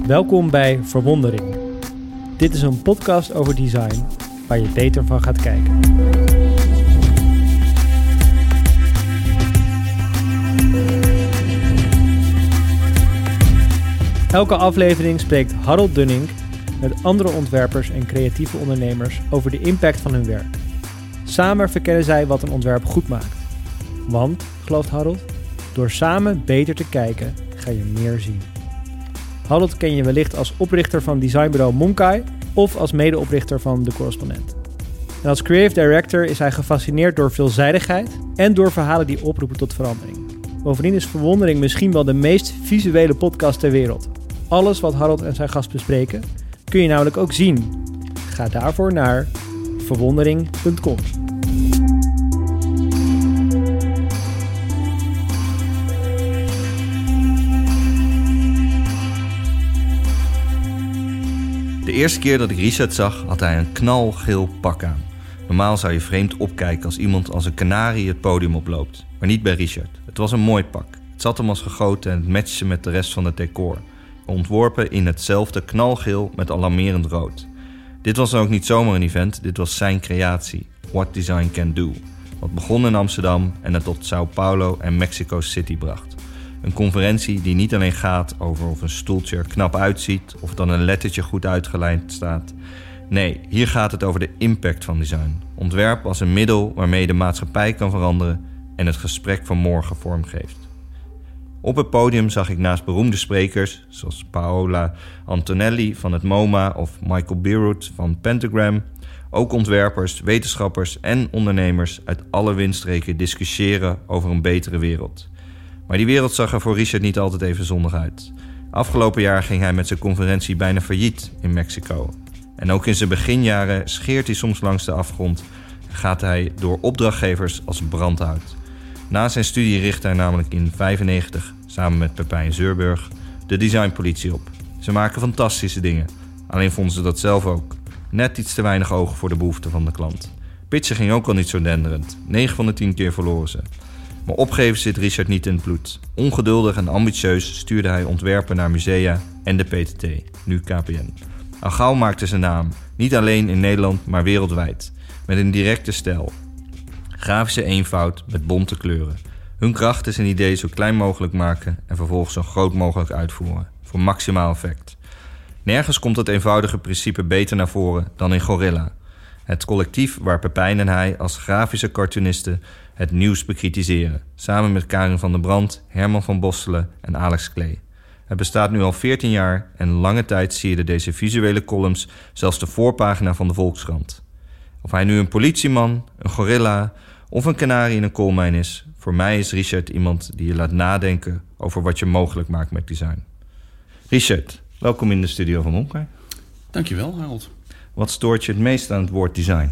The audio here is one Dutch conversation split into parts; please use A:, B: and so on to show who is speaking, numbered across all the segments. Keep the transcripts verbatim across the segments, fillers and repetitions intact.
A: Welkom bij Verwondering. Dit is een podcast over design waar je beter van gaat kijken. Elke aflevering spreekt Harold Dunning met andere ontwerpers en creatieve ondernemers over de impact van hun werk. Samen verkennen zij wat een ontwerp goed maakt. Want, gelooft Harold, door samen beter te kijken ga je meer zien. Harold ken je wellicht als oprichter van designbureau Monkai of als medeoprichter van De Correspondent. En als creative director is hij gefascineerd door veelzijdigheid en door verhalen die oproepen tot verandering. Bovendien is Verwondering misschien wel de meest visuele podcast ter wereld. Alles wat Harold en zijn gast bespreken kun je namelijk ook zien. Ga daarvoor naar verwondering punt com.
B: De eerste keer dat ik Richard zag, had hij een knalgeel pak aan. Normaal zou je vreemd opkijken als iemand als een kanarie het podium oploopt. Maar niet bij Richard. Het was een mooi pak. Het zat hem als gegoten en het matchte met de rest van het decor. Ontworpen in hetzelfde knalgeel met alarmerend rood. Dit was dan ook niet zomaar een event, dit was zijn creatie. What Design Can Do. Wat begon in Amsterdam en het tot Sao Paulo en Mexico City bracht. Een conferentie die niet alleen gaat over of een stoeltje er knap uitziet of dan een lettertje goed uitgelijnd staat. Nee, hier gaat het over de impact van design. Ontwerp als een middel waarmee de maatschappij kan veranderen en het gesprek van morgen vormgeeft. Op het podium zag ik naast beroemde sprekers zoals Paola Antonelli van het MoMA of Michael Bierut van Pentagram ook ontwerpers, wetenschappers en ondernemers uit alle windstreken discussiëren over een betere wereld. Maar die wereld zag er voor Richard niet altijd even zonnig uit. Afgelopen jaar ging hij met zijn conferentie bijna failliet in Mexico. En ook in zijn beginjaren scheert hij soms langs de afgrond en gaat hij door opdrachtgevers als brandhout. Na zijn studie richtte hij namelijk in vijfennegentig, samen met Pepijn Zeurburg, de designpolitie op. Ze maken fantastische dingen, alleen vonden ze dat zelf ook. Net iets te weinig ogen voor de behoeften van de klant. Pitchen ging ook al niet zo denderend, negen van de tien keer verloren ze. Maar opgeven zit Richard niet in het bloed. Ongeduldig en ambitieus stuurde hij ontwerpen naar musea en de P T T, nu K P N. Al gauw maakte zijn naam, niet alleen in Nederland, maar wereldwijd. Met een directe stijl. Grafische eenvoud met bonte kleuren. Hun kracht is een idee zo klein mogelijk maken en vervolgens zo groot mogelijk uitvoeren. Voor maximaal effect. Nergens komt het eenvoudige principe beter naar voren dan in Gorilla. Het collectief waar Pepijn en hij als grafische cartoonisten het nieuws bekritiseren. Samen met Karin van der Brand, Herman van Bosselen en Alex Klee. Het bestaat nu al veertien jaar en lange tijd sierde deze visuele columns zelfs de voorpagina van de Volkskrant. Of hij nu een politieman, een gorilla of een kanarie in een koolmijn is, voor mij is Richard iemand die je laat nadenken over wat je mogelijk maakt met design. Richard, welkom in de studio van Monkai.
C: Dankjewel, Harold.
B: Wat stoort je het meest aan het woord design?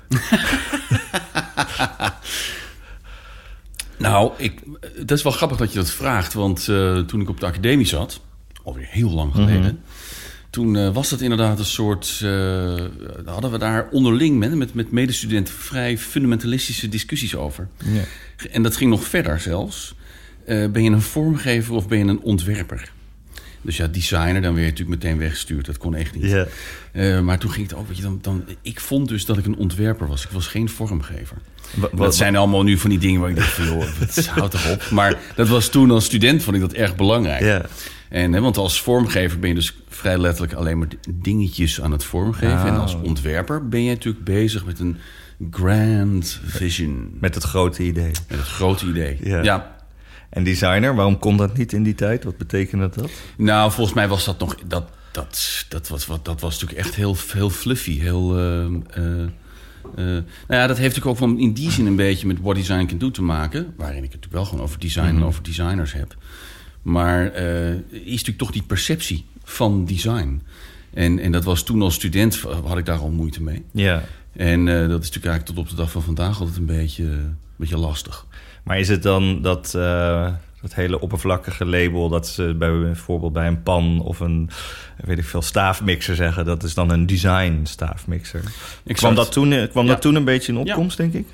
C: Nou, ik, het is wel grappig dat je dat vraagt, want uh, toen ik op de academie zat, alweer heel lang geleden, mm-hmm. toen uh, was dat inderdaad een soort, uh, hadden we daar onderling met, met, met medestudenten vrij fundamentalistische discussies over. Yeah. En dat ging nog verder zelfs. Uh, ben je een vormgever of ben je een ontwerper? Dus ja, designer, dan werd je natuurlijk meteen weggestuurd. Dat kon echt niet. Yeah. Uh, maar toen ging het ook, weet je, dan, dan, ik vond dus dat ik een ontwerper was. Ik was geen vormgever. Wat, wat, dat zijn allemaal nu van die dingen waar ik dacht van, joh, het houdt toch op. Maar dat was toen als student, vond ik dat erg belangrijk. Yeah. En, hè, want als vormgever ben je dus vrij letterlijk alleen maar dingetjes aan het vormgeven. Oh. En als ontwerper ben je natuurlijk bezig met een grand vision.
B: Met het grote idee.
C: Met het grote idee, yeah. Ja.
B: En designer, waarom kon dat niet in die tijd? Wat betekende dat?
C: Nou, volgens mij was dat nog... Dat, dat, dat, was, dat was natuurlijk echt heel, heel fluffy. Heel, uh, uh, uh, nou ja, dat heeft natuurlijk ook wel in die zin een beetje met What Design Can Do te maken. Waarin ik het natuurlijk wel gewoon over design mm-hmm. en over designers heb. Maar uh, is natuurlijk toch die perceptie van design. En, en dat was toen als student, had ik daar al moeite mee.
B: Ja. Yeah.
C: En uh, dat is natuurlijk eigenlijk tot op de dag van vandaag altijd een beetje, een beetje lastig.
B: Maar is het dan dat, uh, dat hele oppervlakkige label dat ze bij, bijvoorbeeld bij een pan of een, weet ik veel, staafmixer zeggen, dat is dan een design staafmixer? Ik kwam dat toen, kwam ja. dat toen een beetje in opkomst, ja. denk ik?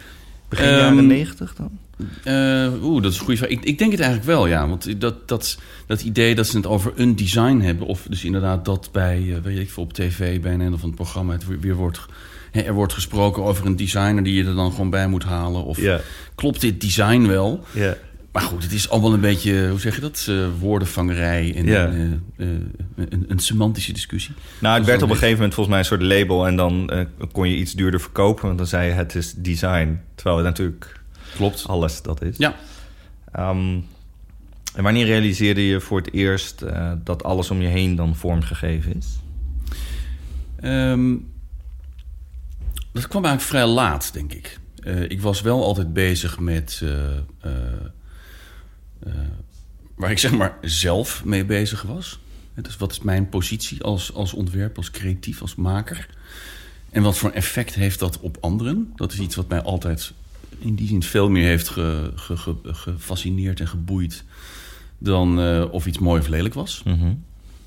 B: Begin
C: Um,
B: jaren negentig dan?
C: Uh, Oeh, dat is een goede vraag. Ik, ik denk het eigenlijk wel, ja. Want dat, dat, dat idee dat ze het over een design hebben... of dus inderdaad dat bij, uh, weet ik veel, op tv... bij een of ander programma het weer wordt... Hè, er wordt gesproken over een designer... die je er dan gewoon bij moet halen. Of yeah. klopt dit design wel?
B: Yeah.
C: Maar goed, het is allemaal een beetje, hoe zeg je dat? Uh, woordenvangerij en yeah. uh, uh, een, een semantische discussie.
B: Nou, het werd op een gegeven moment volgens mij een soort label... en dan uh, kon je iets duurder verkopen... want dan zei je het is design. Terwijl het natuurlijk
C: klopt
B: alles dat is.
C: Ja.
B: Um, en wanneer realiseerde je voor het eerst... Uh, dat alles om je heen dan vormgegeven is?
C: Um, dat kwam eigenlijk vrij laat, denk ik. Uh, ik was wel altijd bezig met... Uh, uh, uh, waar ik zeg maar zelf mee bezig was. Dus wat is mijn positie als, als ontwerper, als creatief, als maker? En wat voor effect heeft dat op anderen? Dat is iets wat mij altijd in die zin veel meer heeft ge, ge, ge, gefascineerd en geboeid... dan uh, of iets mooi of lelijk was.
B: Mm-hmm.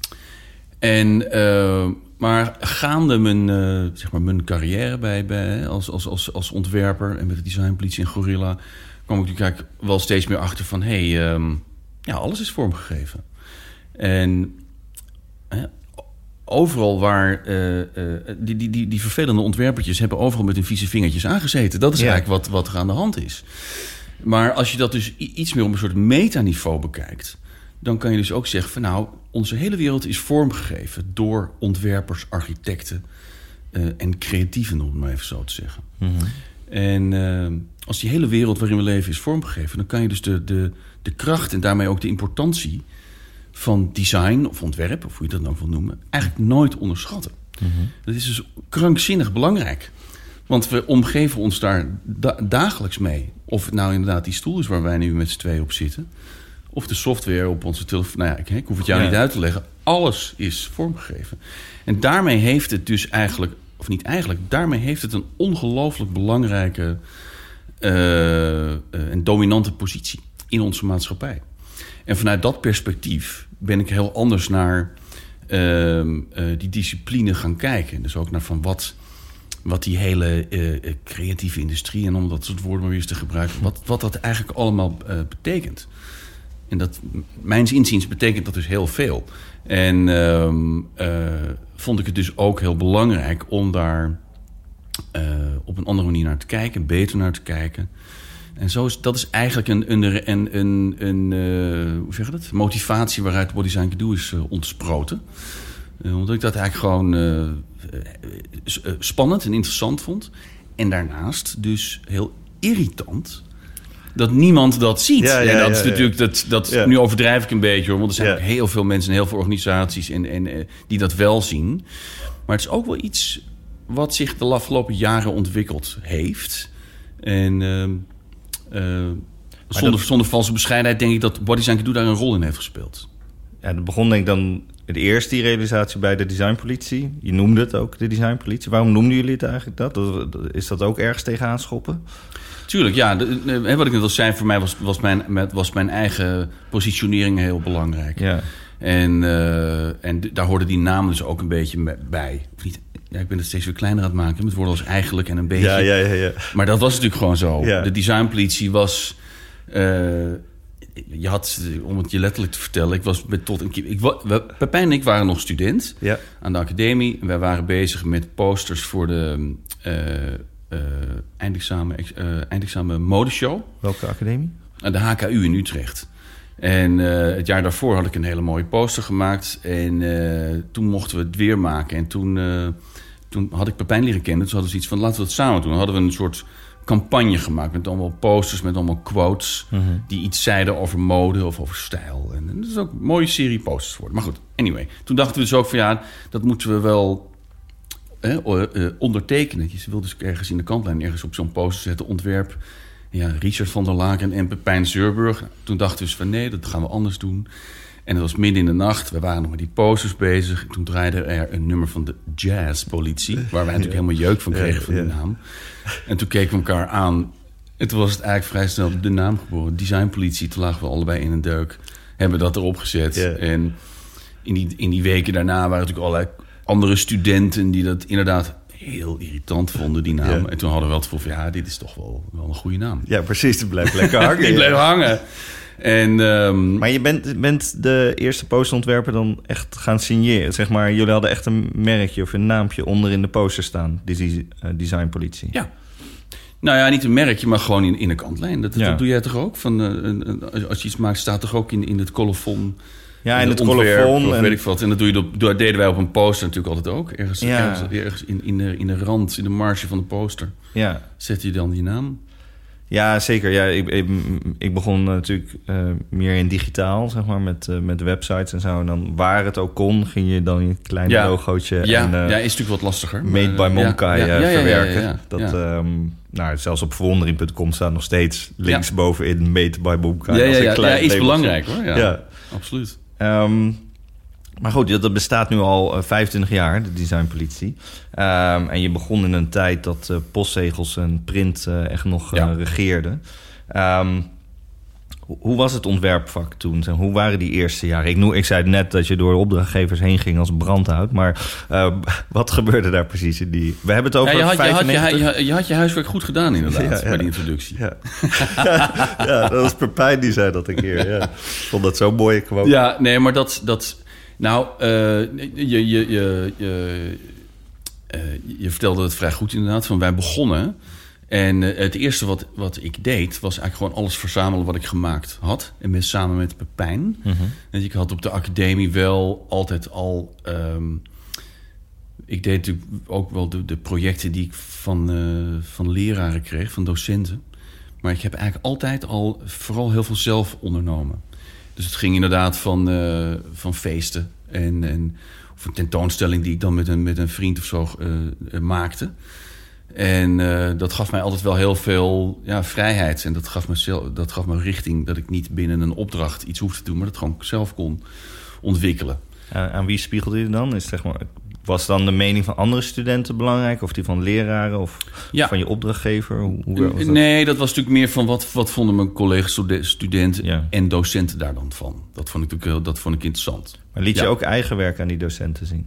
C: En... Uh, Maar gaande mijn, uh, zeg maar mijn carrière bij, bij, als, als, als, als ontwerper... en met de designpolitie en Gorilla... kwam ik natuurlijk wel steeds meer achter van... hé, hey, um, ja, alles is vormgegeven. En uh, overal waar... Uh, uh, die, die, die, die vervelende ontwerpertjes hebben overal met hun vieze vingertjes aangezeten. Dat is ja. eigenlijk wat, wat er aan de hand is. Maar als je dat dus iets meer op een soort metaniveau bekijkt... dan kan je dus ook zeggen van nou... onze hele wereld is vormgegeven door ontwerpers, architecten... Uh, en creatieven, om het maar even zo te zeggen.
B: Mm-hmm.
C: En uh, als die hele wereld waarin we leven is vormgegeven... dan kan je dus de, de, de kracht en daarmee ook de importantie... van design of ontwerp, of hoe je dat nou wil noemen... eigenlijk nooit onderschatten.
B: Mm-hmm.
C: Dat is dus krankzinnig belangrijk. Want we omgeven ons daar da- dagelijks mee. Of het nou inderdaad die stoel is waar wij nu met z'n tweeën op zitten... of de software op onze telefoon. Nou ja, ik, ik hoef het jou ja. niet uit te leggen. Alles is vormgegeven. En daarmee heeft het dus eigenlijk... of niet eigenlijk, daarmee heeft het een ongelooflijk belangrijke... Uh, uh, en dominante positie in onze maatschappij. En vanuit dat perspectief ben ik heel anders naar uh, uh, die discipline gaan kijken. Dus ook naar van wat... wat die hele uh, creatieve industrie... en om dat soort woorden maar weer eens te gebruiken... wat, wat dat eigenlijk allemaal uh, betekent. En dat, mijns inziens betekent dat dus heel veel. En uh, uh, vond ik het dus ook heel belangrijk... om daar uh, op een andere manier naar te kijken... beter naar te kijken. En zo is, dat is eigenlijk een, een, een, een, een uh, hoe zeg je dat? motivatie... waaruit What Design Can Do is uh, ontsproten. Uh, omdat ik dat eigenlijk gewoon... Uh, spannend en interessant vond. En daarnaast dus heel irritant... dat niemand dat ziet.
B: Ja, ja,
C: en dat
B: ja,
C: is
B: ja.
C: natuurlijk... Dat, dat,
B: ja.
C: Nu overdrijf ik een beetje, hoor. Want er zijn
B: ja.
C: ook heel veel mensen en heel veel organisaties... En, en, uh, die dat wel zien. Maar het is ook wel iets... wat zich de afgelopen jaren ontwikkeld heeft. En uh, uh, zonder, dat... zonder valse bescheidenheid... denk ik dat What Design Can Do daar een rol in heeft gespeeld.
B: Ja, dat begon denk ik dan... het eerste die realisatie bij de designpolitie. Je noemde het ook, de designpolitie. Waarom noemden jullie het eigenlijk dat? Is dat ook ergens tegenaan schoppen?
C: Tuurlijk, ja. De, de, wat ik net al zei, voor mij was, was, mijn, was mijn eigen positionering heel belangrijk.
B: Ja.
C: En, uh, en daar hoorden die namen dus ook een beetje bij. Of niet, ja, ik ben het steeds weer kleiner aan het maken. Met woorden als eigenlijk en een beetje.
B: Ja, ja, ja, ja.
C: Maar dat was natuurlijk gewoon zo.
B: Ja.
C: De designpolitie was... Uh, je had, om het je letterlijk te vertellen... ik was met tot een keer... Ik, we, Pepijn en ik waren nog student
B: ja.
C: aan de academie. En wij waren bezig met posters voor de... Uh, Uh, eindexamen, uh, eindexamen modeshow.
B: Welke academie?
C: Uh, de H K U in Utrecht. En uh, het jaar daarvoor had ik een hele mooie poster gemaakt. En uh, toen mochten we het weer maken. En toen, uh, toen had ik Pepijn leren kennen. Dus hadden we iets van, laten we het samen doen. Dan hadden we een soort campagne gemaakt met allemaal posters, met allemaal quotes...
B: Mm-hmm.
C: die iets zeiden over mode of over stijl. En, en dat is ook een mooie serie posters geworden. Maar goed, anyway. Toen dachten we dus ook van, ja, dat moeten we wel... Eh, uh, ondertekenen. Je wil dus ergens in de kantlijn ergens op zo'n poster zetten, ontwerp. Ja, Richard van der Laken en Pepijn Zeurburg. Toen dachten we dus van nee, dat gaan we anders doen. En dat was midden in de nacht. We waren nog met die posters bezig. En toen draaide er een nummer van de Jazzpolitie, waar wij natuurlijk ja. helemaal jeuk van kregen ja, van ja. de naam. En toen keken we elkaar aan. En toen was het eigenlijk vrij snel de naam geboren. Designpolitie. Toen lagen we allebei in een deuk. Hebben dat erop gezet. Ja. En in die, in die weken daarna waren natuurlijk allerlei andere studenten die dat inderdaad heel irritant vonden, die naam. Ja. En toen hadden we wel het gevoel van, ja, dit is toch wel, wel een goede naam.
B: Ja, precies. Het blijft lekker hangen.
C: Die bleef hangen. En, um,
B: maar je bent, bent de eerste posterontwerper dan echt gaan signeren. Zeg maar, jullie hadden echt een merkje of een naampje onder in de poster staan. Die uh, designpolitie.
C: Ja. Nou ja, niet een merkje, maar gewoon in, in de kantlijn. Dat, ja. dat doe jij toch ook? Van, uh, als je iets maakt, staat toch ook in, in het colofon.
B: Ja, in het colofon.
C: En weet ik wat. En dat, doe je op, dat deden wij op een poster natuurlijk altijd ook. Ergens, ja. ergens, ergens in, in, de, in de rand, in de marge van de poster.
B: Ja.
C: Zet je dan die naam?
B: Ja, zeker. Ja, ik, ik, ik begon natuurlijk uh, meer in digitaal, zeg maar, met, uh, met websites en zo. En dan waar het ook kon, ging je dan je kleine ja. logootje...
C: Ja,
B: en, uh,
C: ja, is natuurlijk wat lastiger.
B: Made by Monkai ja. ja, ja, verwerken. Ja, ja, ja, ja. Dat,
C: ja.
B: Um, nou, zelfs op verwondering punt com staat nog steeds links ja. bovenin Made by Monkai.
C: Ja, ja, ja,
B: als een
C: ja, is belangrijk hoor. Ja, ja. Absoluut.
B: Um, maar goed, dat bestaat nu al uh, vijfentwintig jaar, de designpolitie. Um, en je begon in een tijd dat uh, postzegels en print uh, echt nog uh, ja. regeerden. Um, hoe was het ontwerpvak toen? Hoe waren die eerste jaren? Ik, noem, ik zei net dat je door opdrachtgevers heen ging als brandhout. Maar uh, wat gebeurde daar precies in die... We hebben het over ja, je, had, vijfennegentig...
C: je, had, je, je had je huiswerk goed gedaan inderdaad, ja, ja. bij die introductie.
B: Ja, ja, dat was Pepijn die zei dat een keer. Ja. Ik vond dat zo mooi gewoon.
C: Ja, nee, maar dat... dat nou, uh, je, je, je, je, uh, je vertelde het vrij goed inderdaad. Van wij begonnen... En uh, het eerste wat, wat ik deed, was eigenlijk gewoon alles verzamelen wat ik gemaakt had. En met, samen met Pepijn. Mm-hmm. En ik had op de academie wel altijd al... Um, ik deed natuurlijk ook wel de, de projecten die ik van, uh, van leraren kreeg, van docenten. Maar ik heb eigenlijk altijd al vooral heel veel zelf ondernomen. Dus het ging inderdaad van, uh, van feesten. En, en, of een tentoonstelling die ik dan met een, met een vriend of zo uh, uh, maakte. En uh, dat gaf mij altijd wel heel veel ja, vrijheid. En dat gaf, me zelf, dat gaf me richting dat ik niet binnen een opdracht iets hoefde te doen, maar dat gewoon zelf kon ontwikkelen.
B: Uh, aan wie spiegelde je dan? Is, zeg maar, was dan de mening van andere studenten belangrijk? Of die van leraren? Of ja. van je opdrachtgever? Hoe, hoe was dat?
C: Nee, dat was natuurlijk meer van wat, wat vonden mijn collega-studenten ja. en docenten daar dan van. Dat vond ik natuurlijk dat vond ik interessant.
B: Maar liet
C: ja.
B: je ook eigen werk aan die docenten zien?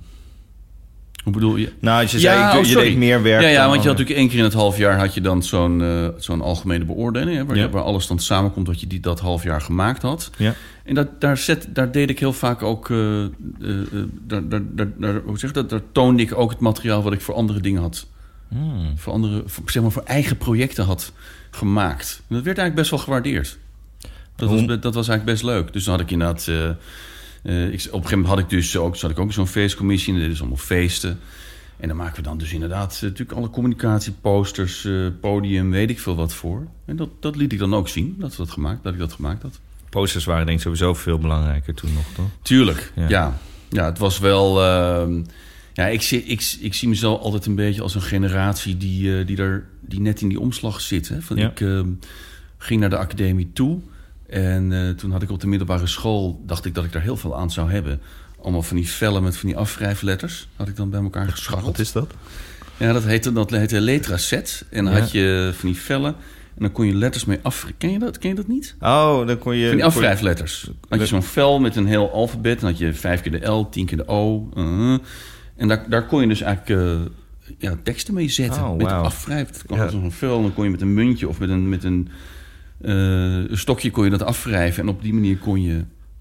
C: Hoe bedoel je?
B: Nou, als je zei, ja, je, je deed meer werk.
C: Ja, ja want je had natuurlijk één keer in het half jaar had je dan zo'n, uh, zo'n algemene beoordeling, hè, waar, ja. waar alles dan samenkomt wat je die, dat half jaar gemaakt had.
B: Ja.
C: En dat, daar, zet, daar deed ik heel vaak ook, uh, uh, uh, daar, daar, daar, daar, hoe zeg dat? Daar toonde ik ook het materiaal wat ik voor andere dingen had, hmm. voor andere, voor, zeg maar voor eigen projecten had gemaakt. En dat werd eigenlijk best wel gewaardeerd. Dat was, dat was eigenlijk best leuk. Dus dan had ik inderdaad. Uh, Uh, ik, op een gegeven moment had ik dus ook, zat ik ook in zo'n feestcommissie. En dit is allemaal feesten. En dan maken we dan dus inderdaad uh, natuurlijk alle communicatie, posters, uh, podium, weet ik veel wat voor. En dat, dat liet ik dan ook zien, dat, we dat, gemaakt, dat ik dat gemaakt had.
B: Posters waren denk ik sowieso veel belangrijker toen nog, toch?
C: Tuurlijk, ja. Ja, ja het was wel... Uh, ja, ik, zie, ik, ik zie mezelf altijd een beetje als een generatie die, uh, die, er, die net in die omslag zit. Hè? Van, ja. Ik uh, ging naar de academie toe... En uh, toen had ik op de middelbare school... dacht ik dat ik daar heel veel aan zou hebben. Allemaal van die vellen met van die afwrijfletters... had ik dan bij elkaar gescharreld.
B: Wat is dat?
C: Ja, dat heette, dat heette letraset. En dan ja. had je van die vellen... en dan kon je letters mee af... Ken je dat, Ken je dat niet?
B: Oh, dan kon je...
C: Van die afwrijfletters. Dan had je zo'n vel met een heel alfabet... dan had je vijf keer de L, tien keer de O. Uh, en daar, daar kon je dus eigenlijk... Uh, ja, teksten mee zetten. Oh, met wow. afwrijf. Dan had je zo'n vel... en dan kon je met een muntje of met een... Met een Uh, een stokje kon je dat afwrijven... en op die manier kon je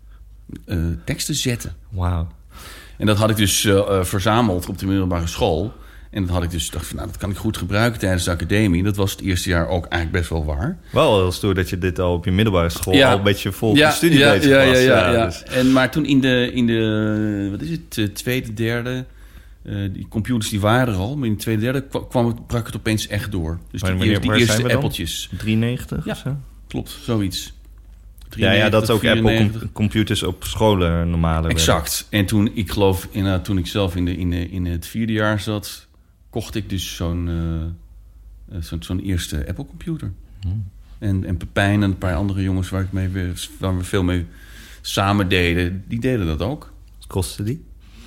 C: uh, teksten zetten.
B: Wauw.
C: En dat had ik dus uh, verzameld op de middelbare school. En dat had ik dus dacht van, nou, dat kan ik goed gebruiken tijdens de academie. Dat was het eerste jaar ook eigenlijk best wel waar.
B: Wel heel stoer dat je dit al op je middelbare school...
C: ja.
B: al een beetje vol
C: ja,
B: de studie
C: ja,
B: bezig
C: ja,
B: was.
C: Ja, ja,
B: ja,
C: ja.
B: Dus.
C: En, maar toen in de, in de wat is het, uh, tweede, derde... Uh, die computers die waren er al, maar in de tweede, derde kwam het, brak het opeens echt door. Dus die, wanneer, die eerste appeltjes.
B: drieënnegentig
C: ja.
B: of zo?
C: Klopt, zoiets.
B: Ja, ja, dat ook Apple com- computers op scholen normale.
C: Exact. Werden. En toen, ik geloof, in, toen ik zelf in, de, in, de, in het vierde jaar zat... kocht ik dus zo'n, uh, zo'n, zo'n eerste Apple computer. Hmm. En, en Pepijn en een paar andere jongens waar, ik mee, waar we veel mee samen deden... die deden dat ook.
B: Wat kostte die?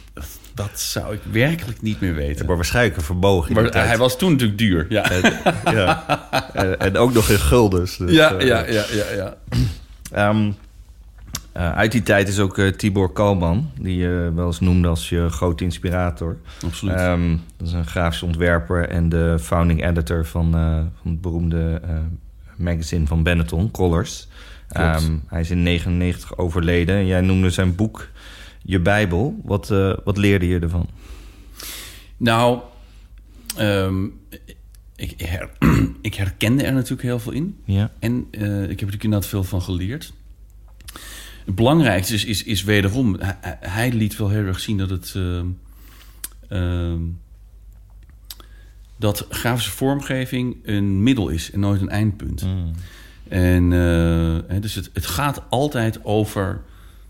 C: Dat zou ik werkelijk niet meer weten.
B: Ja, maar waarschijnlijk een verbogen.
C: Maar hij was toen natuurlijk duur. Ja.
B: En, ja. en, en ook nog in guldens. Dus,
C: ja, uh, ja, ja, ja, ja.
B: Um, Uh, uit die tijd is ook uh, Tibor Kalman, die je wel eens noemde als je grote inspirator.
C: Absoluut.
B: Um, dat is een grafisch ontwerper en de founding editor van, uh, van het beroemde uh, magazine van Benetton, Colors. Um, hij is in negentien negenennegentig overleden. Jij noemde zijn boek Je Bijbel. Wat, uh, wat leerde je ervan?
C: Nou, um, ik, her, ik herkende er natuurlijk heel veel in.
B: Ja.
C: En uh, ik heb er natuurlijk inderdaad veel van geleerd. Het belangrijkste is, is, is wederom... Hij, hij liet wel heel erg zien dat het... Uh, uh, dat grafische vormgeving een middel is en nooit een eindpunt.
B: Mm.
C: En uh, dus het, het gaat altijd over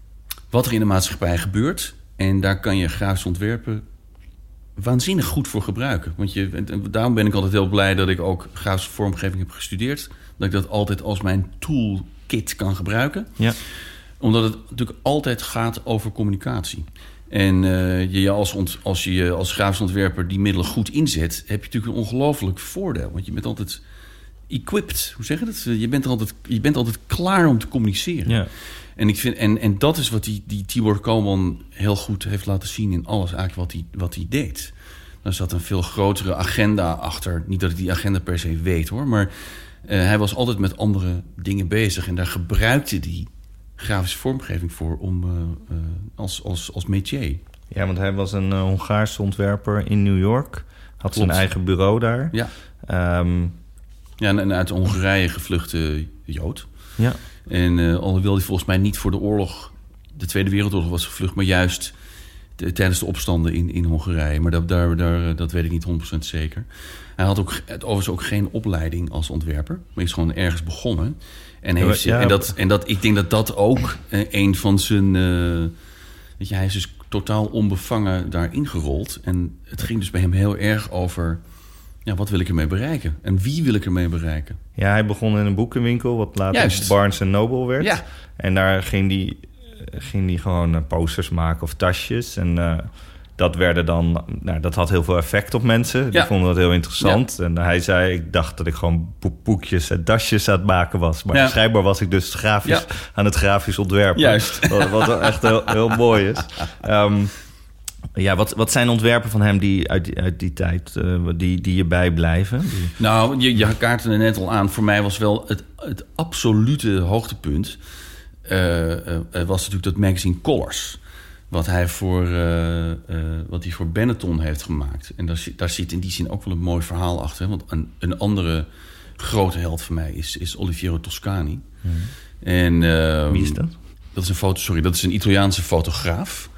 C: wat er in de maatschappij gebeurt. En daar kan je grafische ontwerpen waanzinnig goed voor gebruiken. Want je, daarom ben ik altijd heel blij dat ik ook grafische vormgeving heb gestudeerd. Dat ik dat altijd als mijn toolkit kan gebruiken.
B: Ja.
C: Omdat het natuurlijk altijd gaat over communicatie. En uh, je als, ont, als je als grafisch ontwerper die middelen goed inzet, heb je natuurlijk een ongelooflijk voordeel. Want je bent altijd equipped, hoe zeg je dat? Je bent altijd, je bent altijd klaar om te communiceren.
B: Ja.
C: En, ik vind, en, en dat is wat die, die Tibor Kalman heel goed heeft laten zien in alles eigenlijk wat hij, wat hij deed. Daar zat een veel grotere agenda achter. Niet dat ik die agenda per se weet hoor, maar uh, hij was altijd met andere dingen bezig. En daar gebruikte hij grafische vormgeving voor om uh, uh, als, als, als métier.
B: Ja, want hij was een uh, Hongaarse ontwerper in New York. Had Klopt. zijn eigen bureau daar.
C: Ja,
B: um,
C: ja en uit Hongarije gevluchte Jood.
B: Ja.
C: En uh, alhoewel hij volgens mij niet voor de oorlog, de Tweede Wereldoorlog was gevlucht, maar juist de, tijdens de opstanden in, in Hongarije. Maar dat, daar, daar, dat weet ik niet honderd procent zeker. Hij had ook overigens ook geen opleiding als ontwerper, maar is gewoon ergens begonnen. En, heeft, ja, en, dat, en dat, ik denk dat dat ook uh, een van zijn... Uh, weet je, hij is dus totaal onbevangen daarin gerold. En het ging dus bij hem heel erg over... Ja, wat wil ik ermee bereiken? En wie wil ik ermee bereiken?
B: Ja, hij begon in een boekenwinkel, wat later Juist. Barnes and Noble werd.
C: Ja.
B: En daar ging hij ging die gewoon uh, posters maken of tasjes. En uh, dat werden dan... Nou, dat had heel veel effect op mensen. Die ja. vonden dat heel interessant. Ja. En hij zei, ik dacht dat ik gewoon boekjes en dasjes aan het maken was. Maar ja. schijnbaar was ik dus grafisch ja. aan het grafisch ontwerpen.
C: Juist.
B: Wat, wat echt heel, heel mooi is. Um, Ja, wat, wat zijn ontwerpen van hem die uit die, uit die tijd uh, die, die je bijblijven? Die...
C: Nou, je, je kaartte er net al aan. Voor mij was wel het, het absolute hoogtepunt... Uh, uh, was natuurlijk dat magazine Colors... wat hij voor, uh, uh, wat hij voor Benetton heeft gemaakt. En daar, daar zit in die zin ook wel een mooi verhaal achter. Want een, een andere grote held van mij is, is Oliviero Toscani.
B: Hmm.
C: En, uh,
B: Wie is dat?
C: Dat is een foto, sorry, dat is een Italiaanse fotograaf...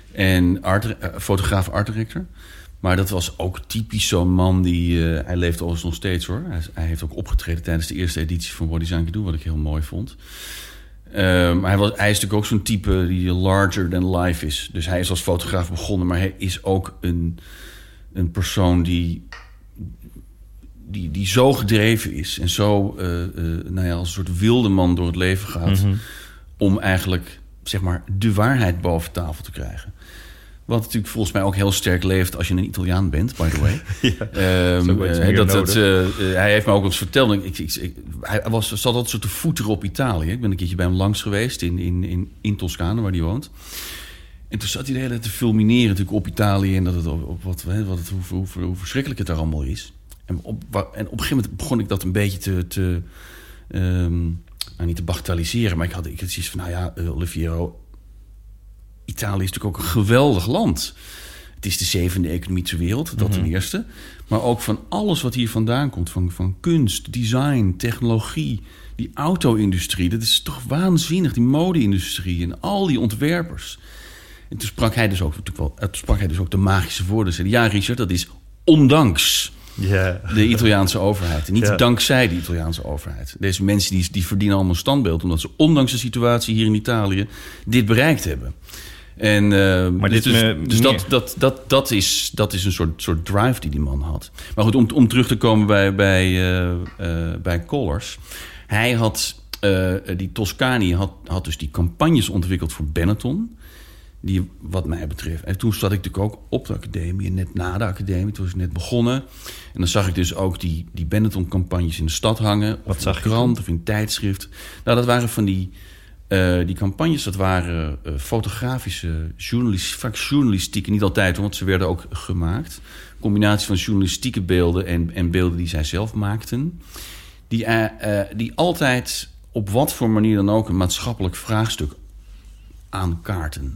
C: En art, uh, fotograaf, art director. Maar dat was ook typisch zo'n man die... Uh, hij leeft overigens nog steeds hoor. Hij, hij heeft ook opgetreden tijdens de eerste editie van What Design Can Do... wat ik heel mooi vond. Uh, maar hij, was, hij is natuurlijk ook zo'n type die larger than life is. Dus hij is als fotograaf begonnen... maar hij is ook een, een persoon die, die, die zo gedreven is... en zo uh, uh, nou ja, als een soort wilde man door het leven gaat... Mm-hmm. om eigenlijk... zeg maar, de waarheid boven tafel te krijgen. Wat natuurlijk volgens mij ook heel sterk leeft... als je een Italiaan bent, by the way. ja, um, uh, dat, dat, uh, uh, hij heeft me ook eens verteld... Ik, ik, ik, hij was, zat altijd zo te voeteren op Italië. Ik ben een keertje bij hem langs geweest... in, in, in, in Toscane, waar hij woont. En toen zat hij de hele tijd te fulmineren natuurlijk op Italië... en dat het, op, op wat, wat het, hoe, hoe, hoe verschrikkelijk het daar allemaal is. En op, en op een gegeven moment begon ik dat een beetje te... te um, nou, niet te bagatelliseren, maar ik had, ik had zoiets van... nou ja, uh, Oliviero... Italië is natuurlijk ook een geweldig land. Het is de zevende economie ter wereld, dat mm-hmm. ten eerste. Maar ook van alles wat hier vandaan komt. Van, van kunst, design, technologie, die auto-industrie. Dat is toch waanzinnig, die mode-industrie en al die ontwerpers. En toen sprak hij dus ook, wel, toen sprak hij dus ook de magische woorden. Zei, ja, Richard, dat is ondanks... Yeah. de Italiaanse overheid. En niet yeah. dankzij de Italiaanse overheid. Deze mensen die, die verdienen allemaal een standbeeld... omdat ze ondanks de situatie hier in Italië... dit bereikt hebben. En, uh, maar dus dit dus, dus dat, dat, dat, dat, is, dat is een soort, soort drive die die man had. Maar goed, om, om terug te komen bij, bij, uh, uh, bij Colors. Hij had... Uh, die Toscani had, had dus die campagnes ontwikkeld voor Benetton... Die, wat mij betreft. En toen zat ik natuurlijk ook op de academie. En net na de academie, toen was ik net begonnen. En dan zag ik dus ook die, die Benetton-campagnes in de stad hangen. Wat of in de krant of in tijdschrift. Nou, dat waren van die Uh, die campagnes, dat waren uh, fotografische, journalist, vaak journalistieke, niet altijd, want ze werden ook gemaakt. Een combinatie van journalistieke beelden en, en beelden die zij zelf maakten. Die, uh, uh, die altijd op wat voor manier dan ook een maatschappelijk vraagstuk aankaarten.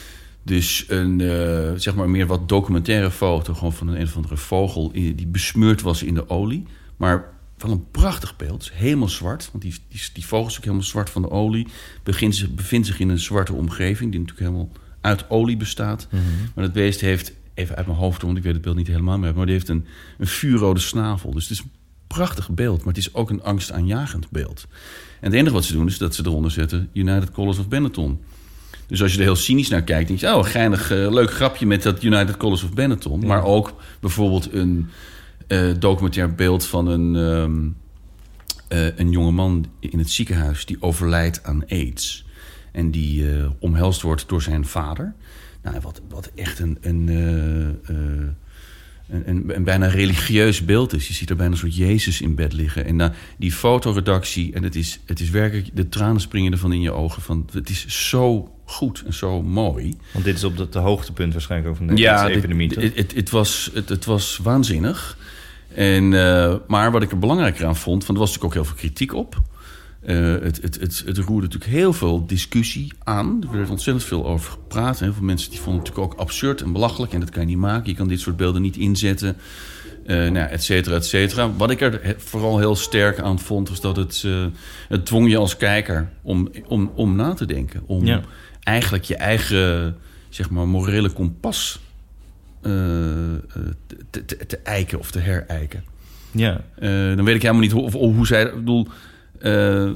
C: Dus een, uh, zeg maar meer wat documentaire foto, gewoon van een, een of andere vogel die besmeurd was in de olie. Maar wel een prachtig beeld, helemaal zwart. Want die, die, die vogel is ook helemaal zwart van de olie. Begint zich, bevindt zich in een zwarte omgeving die natuurlijk helemaal uit olie bestaat. Mm-hmm. Maar dat beest heeft, even uit mijn hoofd, want ik weet het beeld niet helemaal meer, maar die heeft een, een vuurrode snavel. Dus het is een prachtig beeld, maar het is ook een angstaanjagend beeld. En het enige wat ze doen is dat ze eronder zetten United Colors of Benetton. Dus als je er heel cynisch naar kijkt, denk je, oh, geinig, uh, leuk grapje met dat United Colors of Benetton. Ja. Maar ook bijvoorbeeld een uh, documentair beeld van een, um, uh, een jongeman in het ziekenhuis die overlijdt aan AIDS. En die uh, omhelst wordt door zijn vader. Nou, wat, wat echt een, een, uh, uh, een, een, een bijna religieus beeld is. Je ziet er bijna een soort Jezus in bed liggen. En uh, die fotoredactie, en het is, het is werkelijk, de tranen springen ervan in je ogen. Van, het is zo goed en zo mooi.
B: Want dit is op het hoogtepunt waarschijnlijk over de
C: ja,
B: epidemie.
C: Ja, het, het, het, was, het, het was waanzinnig. En, uh, maar wat ik er belangrijker aan vond, want er was natuurlijk ook heel veel kritiek op. Uh, het, het, het, het roerde natuurlijk heel veel discussie aan. Er werd ontzettend veel over gepraat. Heel veel mensen die vonden het natuurlijk ook absurd en belachelijk. En dat kan je niet maken. Je kan dit soort beelden niet inzetten. Uh, nou, et cetera, et cetera. Wat ik er vooral heel sterk aan vond, was dat het, uh, het dwong je als kijker om, om, om na te denken. Om ja. eigenlijk je eigen, zeg maar, morele kompas uh, te, te, te eiken of te herijken.
B: Ja.
C: Uh, dan weet ik helemaal niet hoe, of, of hoe zij... Ik bedoel, Uh, nou,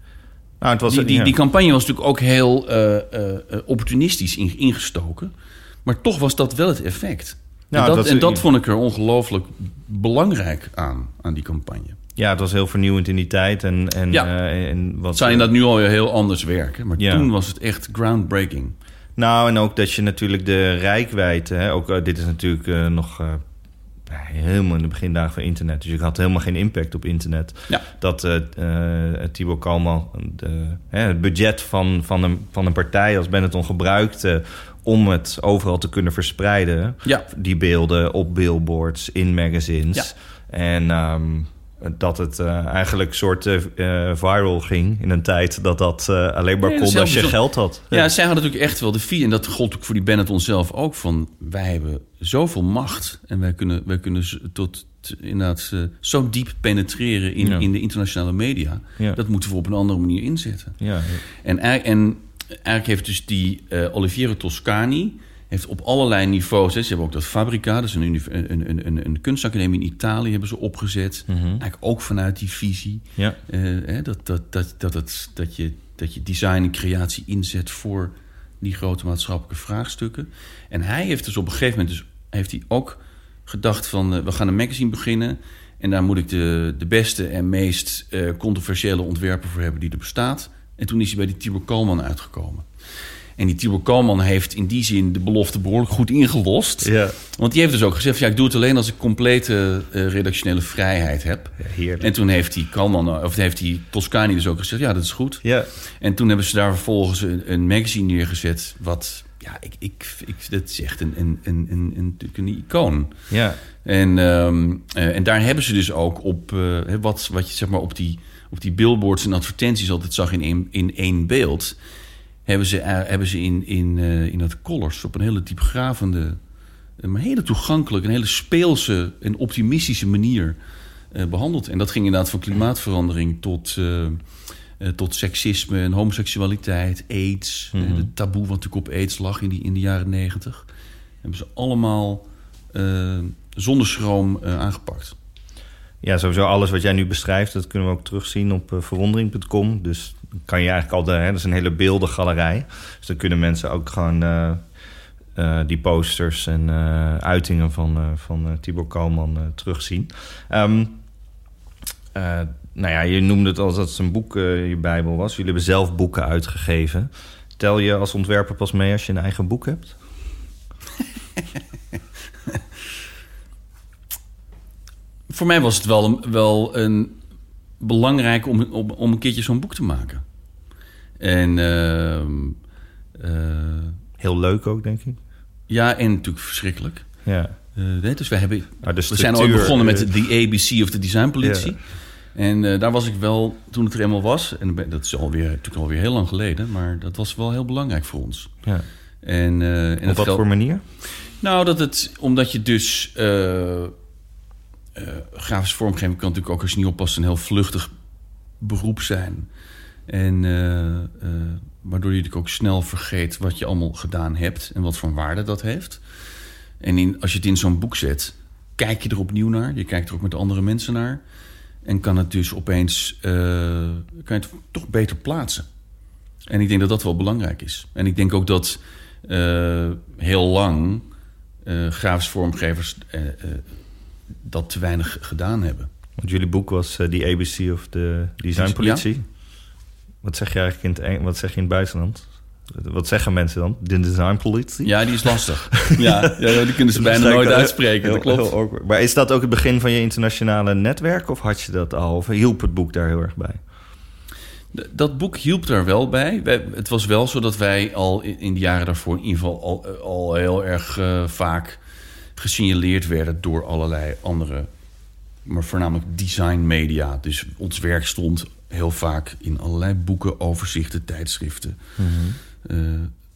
C: het was, die, die, ja. die campagne was natuurlijk ook heel uh, uh, opportunistisch in, ingestoken. Maar toch was dat wel het effect. Nou, en dat, was, en dat vond ik er ongelooflijk belangrijk aan, aan die campagne.
B: Ja, het was heel vernieuwend in die tijd. En, en,
C: ja.
B: uh, en wat,
C: zou je dat nu al heel anders werken. Maar ja. toen was het echt groundbreaking.
B: Nou, en ook dat je natuurlijk de reikwijdte... Hè, ook, uh, dit is natuurlijk uh, nog... Uh, helemaal in de begindagen van internet. Dus ik had helemaal geen impact op internet.
C: Ja.
B: Dat uh, uh, Thibaut Kalman de, hè, het budget van, van, een, van een partij als Benetton gebruikte om het overal te kunnen verspreiden.
C: Ja.
B: Die beelden op billboards, in magazines.
C: Ja.
B: En um, dat het uh, eigenlijk soort uh, viral ging in een tijd dat dat uh, alleen maar nee, kon als je geld had.
C: Ja, ja, zij hadden natuurlijk echt wel de visie, en dat gold ook voor die Benetton zelf ook, van wij hebben zoveel macht en wij kunnen, wij kunnen tot inderdaad uh, zo diep penetreren in, ja. in de internationale media. Ja. Dat moeten we op een andere manier inzetten.
B: Ja, ja.
C: En, en eigenlijk heeft dus die uh, Oliviero Toscani heeft op allerlei niveaus... Hè, ze hebben ook dat Fabrica, dat is een, een, een, een, een kunstacademie in Italië... hebben ze opgezet, mm-hmm. eigenlijk ook vanuit die visie. Ja. Uh, hè, dat, dat, dat, dat, het, dat, je, dat je design en creatie inzet voor die grote maatschappelijke vraagstukken. En hij heeft dus op een gegeven moment... Dus, heeft hij ook gedacht van... Uh, we gaan een magazine beginnen... en daar moet ik de, de beste en meest uh, controversiële ontwerper voor hebben die er bestaat. En toen is hij bij die Thibaut Kalman uitgekomen. En die Thibaut Kalman heeft in die zin de belofte behoorlijk goed ingelost. Ja. Want die heeft dus ook gezegd... ja, ik doe het alleen als ik complete uh, redactionele vrijheid heb. Ja, heerlijk. En toen heeft die Kalman, of heeft die Toscani dus ook gezegd... ja, dat is goed. Ja. En toen hebben ze daar vervolgens een, een magazine neergezet... wat, ja, ik, ik, ik, dat is echt een, een, een, een, een, een icoon. Ja. En, um, uh, en daar hebben ze dus ook op... Uh, wat, wat je zeg maar op die, op die billboards en advertenties altijd zag in één, in één beeld... hebben ze, uh, hebben ze in, in, uh, in dat Colors op een hele diepgravende... maar hele toegankelijke, een hele speelse en optimistische manier uh, behandeld. En dat ging inderdaad van klimaatverandering tot, uh, uh, tot seksisme en homoseksualiteit, AIDS. Mm-hmm. Uh, de taboe wat natuurlijk op AIDS lag in, die, in de jaren negentig. Hebben ze allemaal uh, zonder schroom uh, aangepakt.
B: Ja, sowieso alles wat jij nu beschrijft... dat kunnen we ook terugzien op uh, verwondering punt com. Dus kan je eigenlijk al... De, hè, dat is een hele beeldengalerij. Dus dan kunnen mensen ook gewoon... Uh, uh, die posters en uh, uitingen van, uh, van uh, Thibaut Kalman uh, terugzien. Um, uh, nou ja, je noemde het als dat het een boek uh, je bijbel was. Jullie hebben zelf boeken uitgegeven. Tel je als ontwerper pas mee als je een eigen boek hebt?
C: Voor mij was het wel, wel een belangrijk om, om, om een keertje zo'n boek te maken. En uh, uh,
B: heel leuk ook, denk ik.
C: Ja, en natuurlijk verschrikkelijk.
B: Ja.
C: Uh, dus we hebben,
B: nou,
C: we zijn ooit begonnen met de A B C of de designpolitie.
B: Ja.
C: En uh, daar was ik wel, toen het er eenmaal was... en dat is alweer, natuurlijk alweer heel lang geleden... maar dat was wel heel belangrijk voor ons.
B: Ja.
C: En, uh, en
B: op wat voor manier?
C: Nou, dat het, omdat je dus... Uh, uh, grafische vormgeving kan natuurlijk ook als je niet oppast... een heel vluchtig beroep zijn. En uh, uh, waardoor je natuurlijk ook snel vergeet... wat je allemaal gedaan hebt en wat voor waarde dat heeft. En in, als je het in zo'n boek zet... kijk je er opnieuw naar. Je kijkt er ook met andere mensen naar... En kan het dus opeens uh, kan je het toch beter plaatsen. En ik denk dat dat wel belangrijk is. En ik denk ook dat uh, heel lang uh, grafische vormgevers uh, uh, dat te weinig gedaan hebben.
B: Want jullie boek was uh, The A B C of de Designpolitie. Ja. Wat zeg je eigenlijk in het, Eng- wat zeg je in het buitenland? Wat zeggen mensen dan? De designpolitie?
C: Ja, die is lastig. ja, ja, die kunnen ze bijna nooit uitspreken. Heel, dat klopt.
B: Heel maar is dat ook het begin van je internationale netwerk? Of had je dat al? Of hielp het boek daar heel erg bij?
C: Dat boek hielp daar wel bij. Wij, het was wel zo dat wij al in de jaren daarvoor... in ieder geval al, al heel erg uh, vaak gesignaleerd werden... door allerlei andere, maar voornamelijk designmedia. Dus ons werk stond heel vaak in allerlei boeken, overzichten, tijdschriften... Mm-hmm. Uh,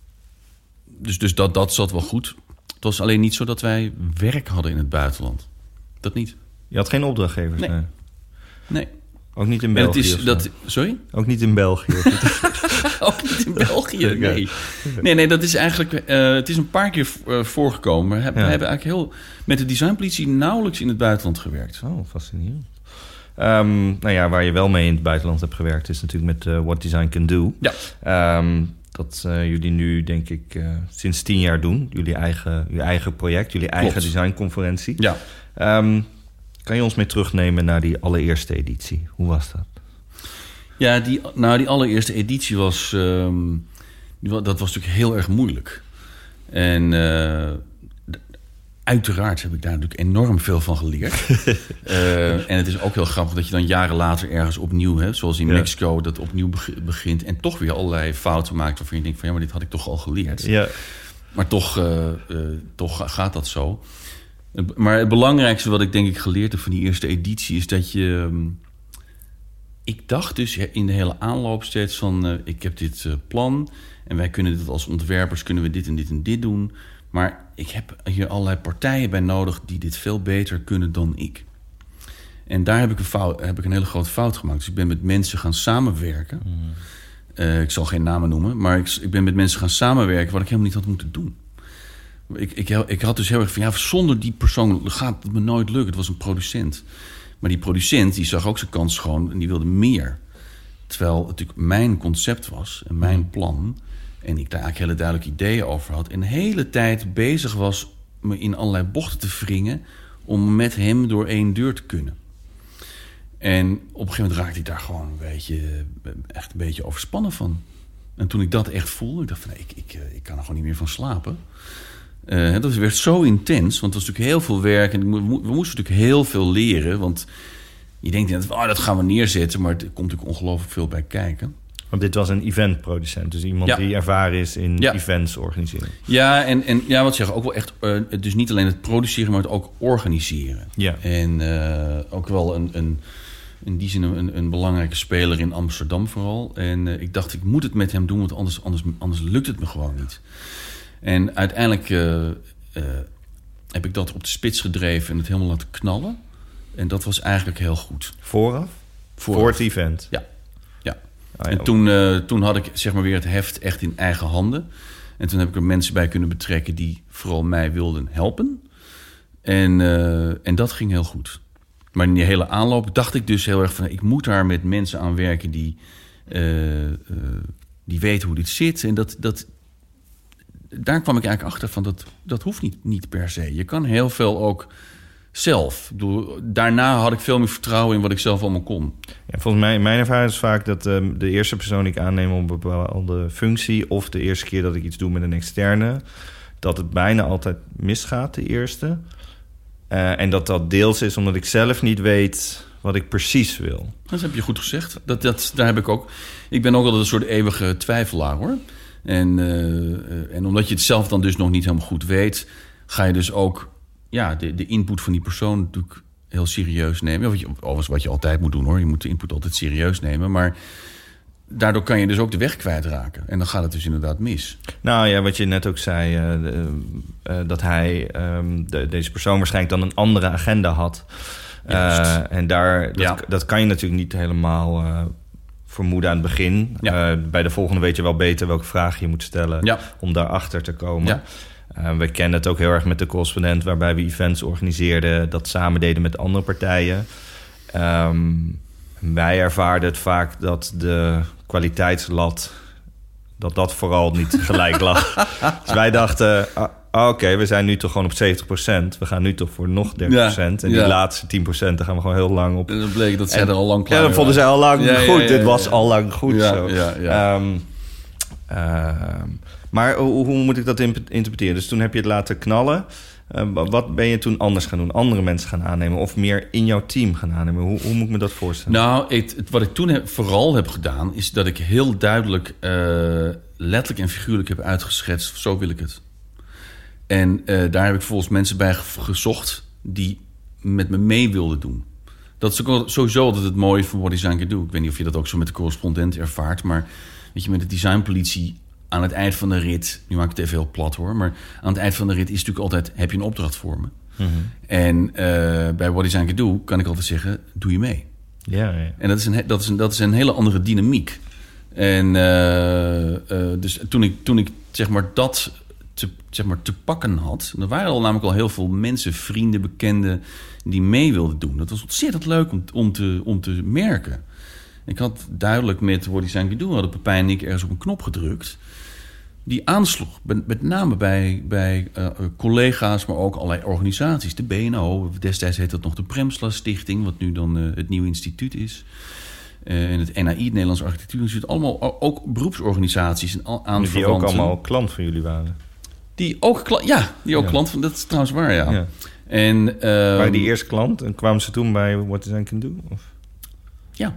C: dus dus dat, dat zat wel goed. Het was alleen niet zo dat wij werk hadden in het buitenland. Dat niet.
B: Je had geen opdrachtgevers?
C: Nee.
B: Nee.
C: nee.
B: Ook niet in België?
C: Het is, dat, sorry?
B: Ook niet in België?
C: Ook niet in België, nee. Nee, nee, dat is eigenlijk... Uh, het is een paar keer uh, voorgekomen. We, ja. we hebben eigenlijk heel... met de designpolitie nauwelijks in het buitenland gewerkt.
B: Oh, fascinerend. Um, nou ja, waar je wel mee in het buitenland hebt gewerkt... is natuurlijk met uh, What Design Can Do.
C: Ja.
B: Um, dat uh, jullie nu, denk ik, uh, sinds tien jaar doen. Jullie eigen, jullie eigen project, jullie Klopt. eigen designconferentie.
C: Ja.
B: Um, kan je ons mee terugnemen naar die allereerste editie? Hoe was dat?
C: Ja, die, nou, die allereerste editie was... Um, dat was natuurlijk heel erg moeilijk. En... Uh, Uiteraard heb ik daar natuurlijk enorm veel van geleerd. uh, en het is ook heel grappig dat je dan jaren later ergens opnieuw hebt... zoals in ja. Mexico, dat opnieuw begint... en toch weer allerlei fouten maakt waarvan je denkt van... ja, maar dit had ik toch al geleerd.
B: Ja.
C: Maar toch, uh, uh, toch gaat dat zo. Uh, maar het belangrijkste wat ik denk ik geleerd heb van die eerste editie... is dat je... Um, ik dacht dus in de hele aanloop steeds van... Uh, ik heb dit uh, plan en wij kunnen dit als ontwerpers... kunnen we dit en dit en dit doen... Maar ik heb hier allerlei partijen bij nodig... die dit veel beter kunnen dan ik. En daar heb ik een, fout, heb ik een hele grote fout gemaakt. Dus ik ben met mensen gaan samenwerken. Mm. Uh, ik zal geen namen noemen... maar ik, ik ben met mensen gaan samenwerken... wat ik helemaal niet had moeten doen. Ik, ik, ik had dus heel erg van... ja, zonder die persoon gaat het me nooit lukken. Het was een producent. Maar die producent die zag ook zijn kans schoon... en die wilde meer. Terwijl het natuurlijk mijn concept was... en mijn mm. plan... En ik daar eigenlijk hele duidelijke ideeën over had. En de hele tijd bezig was me in allerlei bochten te wringen... om met hem door één deur te kunnen. En op een gegeven moment raakte ik daar gewoon een beetje... echt een beetje overspannen van. En toen ik dat echt voelde, ik dacht van... nee, ik, ik, ik kan er gewoon niet meer van slapen. Uh, dat werd zo intens, want het was natuurlijk heel veel werk... en we moesten natuurlijk heel veel leren... want je denkt net, oh, dat gaan we neerzetten... maar er komt natuurlijk ongelooflijk veel bij kijken...
B: Want dit was een eventproducent, dus iemand ja. die ervaren is in ja. events organiseren.
C: Ja, en, en ja, wat zeg ook wel echt... Uh, dus niet alleen het produceren, maar het ook organiseren.
B: Ja.
C: En uh, ook wel een, een, in die zin een, een belangrijke speler in Amsterdam vooral. En uh, ik dacht, ik moet het met hem doen, want anders, anders, anders lukt het me gewoon niet. En uiteindelijk uh, uh, heb ik dat op de spits gedreven en het helemaal laten knallen. En dat was eigenlijk heel goed.
B: Vooraf?
C: Vooraf.
B: Voor het event?
C: Ja.
B: Ah, ja,
C: en toen, uh, toen had ik zeg maar weer het heft echt in eigen handen. En toen heb ik er mensen bij kunnen betrekken... die vooral mij wilden helpen. En, uh, en dat ging heel goed. Maar in die hele aanloop dacht ik dus heel erg van... ik moet daar met mensen aan werken die, uh, uh, die weten hoe dit zit. En dat, dat, daar kwam ik eigenlijk achter van dat, dat hoeft niet, niet per se. Je kan heel veel ook... zelf. Ik bedoel, daarna had ik veel meer vertrouwen in wat ik zelf allemaal kon.
B: Ja, volgens mij, mijn ervaring is vaak dat um, de eerste persoon die ik aanneem op een bepaalde functie... of de eerste keer dat ik iets doe met een externe... dat het bijna altijd misgaat, de eerste. Uh, en dat dat deels is omdat ik zelf niet weet wat ik precies wil.
C: Dat heb je goed gezegd. Dat, dat, daar heb ik ook... Ik ben ook altijd een soort eeuwige twijfelaar, hoor. En, uh, en omdat je het zelf dan dus nog niet helemaal goed weet... ga je dus ook ja, de, de input van die persoon natuurlijk heel serieus nemen. Of je, overigens wat je altijd moet doen, hoor. Je moet de input altijd serieus nemen. Maar daardoor kan je dus ook de weg kwijtraken. En dan gaat het dus inderdaad mis.
B: Nou ja, wat je net ook zei... Uh, uh, uh, dat hij, um, de, deze persoon waarschijnlijk dan een andere agenda had... Uh, en daar, dat, ja. dat kan je natuurlijk niet helemaal uh, vermoeden aan het begin. Ja. Uh, bij de volgende weet je wel beter welke vraag je moet stellen... Ja. om daarachter te komen. Ja. Uh, we kennen het ook heel erg met de correspondent... waarbij we events organiseerden, dat samen deden met andere partijen. Um, wij ervaarden het vaak dat de kwaliteitslat... dat dat vooral niet gelijk lag. Dus wij dachten... Uh, Oh, oké, okay, we zijn nu toch gewoon op zeventig procent. We gaan nu toch voor nog dertig procent. Ja, en die ja. laatste tien procent, daar gaan we gewoon heel lang op.
C: En dan bleek dat zij er al lang klaar
B: Ja, dan vonden zij al lang
C: ja,
B: goed. Ja, ja, ja, Dit was ja. al lang goed.
C: Ja,
B: zo.
C: Ja, ja.
B: Um, uh, maar hoe, hoe moet ik dat interpreteren? Dus toen heb je het laten knallen. Uh, wat ben je toen anders gaan doen? Andere mensen gaan aannemen? Of meer in jouw team gaan aannemen? Hoe, hoe moet ik me dat voorstellen?
C: Nou, het, het, wat ik toen heb, vooral heb gedaan... is dat ik heel duidelijk uh, letterlijk en figuurlijk heb uitgeschetst... zo wil ik het. En uh, daar heb ik volgens mensen bij gezocht die met me mee wilden doen. Dat is ook sowieso altijd het mooie van What Design Can Do. Ik weet niet of je dat ook zo met de correspondent ervaart... maar weet je, met de designpolitie aan het eind van de rit... nu maak ik het even heel plat, hoor... maar aan het eind van de rit is natuurlijk altijd... heb je een opdracht voor me? Mm-hmm. En uh, bij What Design Can Do kan ik altijd zeggen... doe je mee.
B: Ja, ja.
C: En dat is, een, dat, is een, dat is een hele andere dynamiek. En uh, uh, dus toen ik, toen ik zeg maar dat... Te, zeg maar, te pakken had. Er waren al namelijk al heel veel mensen, vrienden, bekenden... die mee wilden doen. Dat was ontzettend leuk om, om, te, om te merken. Ik had duidelijk met What Design Can Do... hadden Pepijn en ik ergens op een knop gedrukt... die aansloeg. Met name bij, bij uh, collega's, maar ook allerlei organisaties. De B N O, destijds heette dat nog de Premsla Stichting... wat nu dan uh, het nieuwe instituut is... Uh, en het N A I, het Nederlands Architectuurinstituut... allemaal ook beroepsorganisaties en aanverwanten.
B: Die ook allemaal klant van jullie waren.
C: Die ook, kla- ja, die ook ja. klant van... Dat is trouwens waar, ja. ja. En, um,
B: waren die eerst klant en kwamen ze toen bij What Design Can Do? Of?
C: Ja.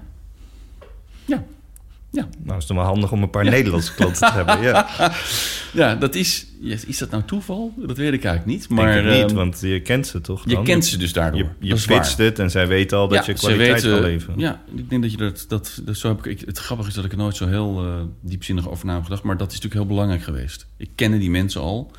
C: Ja. Ja.
B: Nou, is het wel handig om een paar ja. Nederlandse klanten te hebben. Ja,
C: ja dat is... Is dat nou toeval? Dat weet ik eigenlijk niet. Maar,
B: denk ik niet,
C: um,
B: want je kent ze toch dan?
C: Je kent ze dus daardoor.
B: Je, je pitcht het en zij weten al dat ja, je kwaliteit
C: weten,
B: kan leveren.
C: Ja, ik denk dat je dat... dat, dat zo heb ik, het grappige is dat ik er nooit zo heel uh, diepzinnig over na heb gedacht. Maar dat is natuurlijk heel belangrijk geweest. Ik kende die mensen al.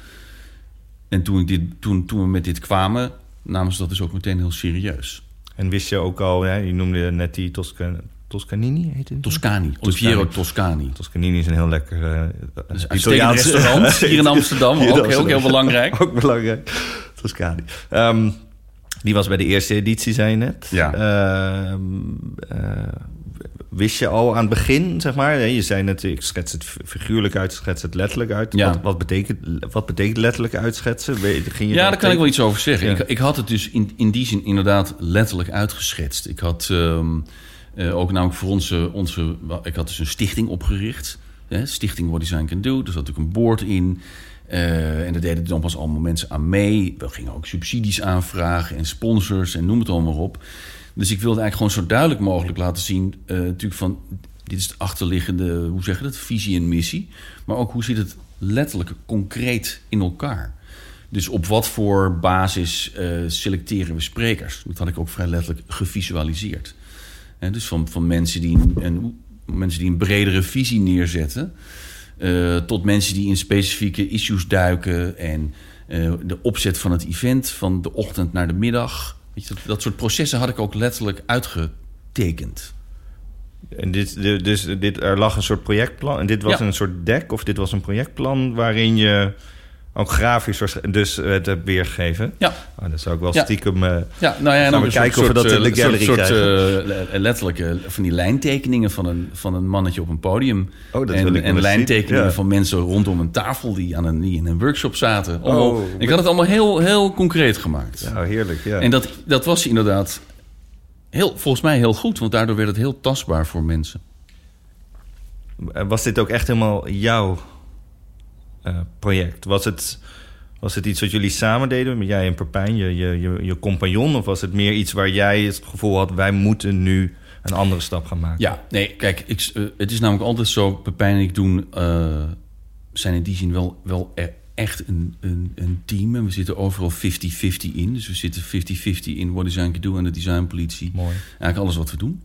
C: En toen, ik dit, toen, toen we met dit kwamen, namen ze dat dus ook meteen heel serieus.
B: En wist je ook al, hè, je noemde net die Toscan... Toscanini heet het?
C: Toscani, Oliviero Toscani.
B: Toscanini is een heel lekker uh,
C: dus Italiaans restaurant hier in Amsterdam. Hier ook heel, heel belangrijk.
B: Ook belangrijk. Toscani. Um, die was bij de eerste editie, zei je net.
C: Ja.
B: Uh, uh, wist je al aan het begin, zeg maar... je zei net, ik schets het figuurlijk uit, schets het letterlijk uit.
C: Ja.
B: Wat, wat, betekent, wat betekent letterlijk uitschetsen? Ging je
C: ja, daar kan ik wel iets over zeggen. Ja. Ik, ik had het dus in, in die zin inderdaad letterlijk uitgeschetst. Ik had... Um, Uh, ook namelijk voor onze, onze... Ik had dus een stichting opgericht. Hè, Stichting What Design Can Do. Er zat natuurlijk een board in. Uh, en daar deden dan pas allemaal mensen aan mee. We gingen ook subsidies aanvragen en sponsors en noem het allemaal op. Dus ik wilde eigenlijk gewoon zo duidelijk mogelijk laten zien... Uh, natuurlijk van, dit is de achterliggende, hoe zeg je dat, visie en missie. Maar ook hoe zit het letterlijk concreet in elkaar. Dus op wat voor basis uh, selecteren we sprekers? Dat had ik ook vrij letterlijk gevisualiseerd. He, dus van, van mensen, die een, een, mensen die een bredere visie neerzetten... Uh, tot mensen die in specifieke issues duiken... en uh, de opzet van het event, van de ochtend naar de middag. Weet je, dat, dat soort processen had ik ook letterlijk uitgetekend.
B: En dit, dus dit, er lag een soort projectplan... en dit was ja. een soort deck of dit was een projectplan... waarin je... ook grafisch dus het hebt weergegeven.
C: Ja.
B: Oh, dat zou ik wel stiekem... Uh,
C: ja, nou ja, en
B: gaan we kijken soort, of we dat in de gallery
C: soort,
B: krijgen.
C: Soort, uh, letterlijke van die lijntekeningen van een, van een mannetje op een podium.
B: Oh, dat
C: en,
B: wil ik
C: en lijntekeningen
B: ja.
C: van mensen rondom een tafel... die, aan een, die in een workshop zaten. Allemaal, oh, ik had het allemaal heel, heel concreet gemaakt.
B: Ja, heerlijk, ja.
C: En dat, dat was inderdaad heel, volgens mij heel goed... want daardoor werd het heel tastbaar voor mensen.
B: Was dit ook echt helemaal jouw uh, project? Was het... Was het iets wat jullie samen deden, met jij en Pepijn, je, je, je, je compagnon? Of was het meer iets waar jij het gevoel had, wij moeten nu een andere stap gaan maken?
C: Ja, nee, kijk, ik, uh, het is namelijk altijd zo, Pepijn en ik doen, uh, zijn in die zin wel, wel echt een, een, een team. En we zitten overal vijftig vijftig in. Dus we zitten vijftig vijftig in What Design Can Do en de designpolitie.
B: Mooi.
C: Eigenlijk alles wat we doen.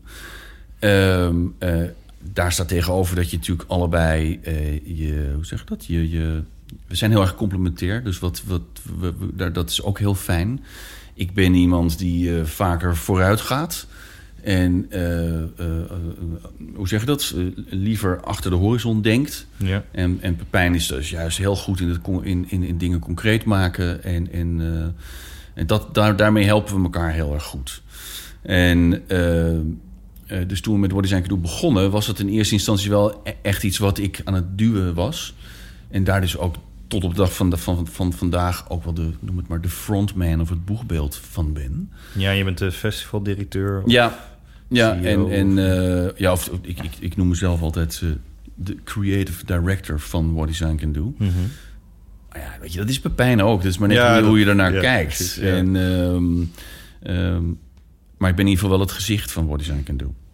C: Um, uh, daar staat tegenover dat je natuurlijk allebei, uh, je, hoe zeg je dat? Je, je, we zijn heel erg complementair, dus wat, wat, we, we, daar, dat is ook heel fijn. Ik ben iemand die uh, vaker vooruit gaat. En uh, uh, uh, hoe zeg je dat? Uh, liever achter de horizon denkt.
B: Ja.
C: En, en Pepijn is dus juist heel goed in, het, in, in, in dingen concreet maken. En, en, uh, en dat, daar, daarmee helpen we elkaar heel erg goed. En uh, uh, dus toen we met What Design Can Do begonnen, was het in eerste instantie wel echt iets wat ik aan het duwen was. En daar dus ook tot op de dag van, de, van, van vandaag ook wel de, noem het maar, de frontman of het boegbeeld van ben.
B: Ja, je bent de festivaldirecteur.
C: Ja, ja,
B: C E O,
C: en, en uh, ja, of, ik, ik, ik noem mezelf altijd uh, de creative director van What Design Can Do.
B: Mm-hmm.
C: Maar ja, weet je, dat is Pepijn ook. Dat is maar net
B: ja,
C: hoe,
B: dat,
C: hoe je ernaar
B: ja,
C: kijkt.
B: Precies, ja.
C: En, um, um, maar ik ben in ieder geval wel het gezicht van What Design Can Do.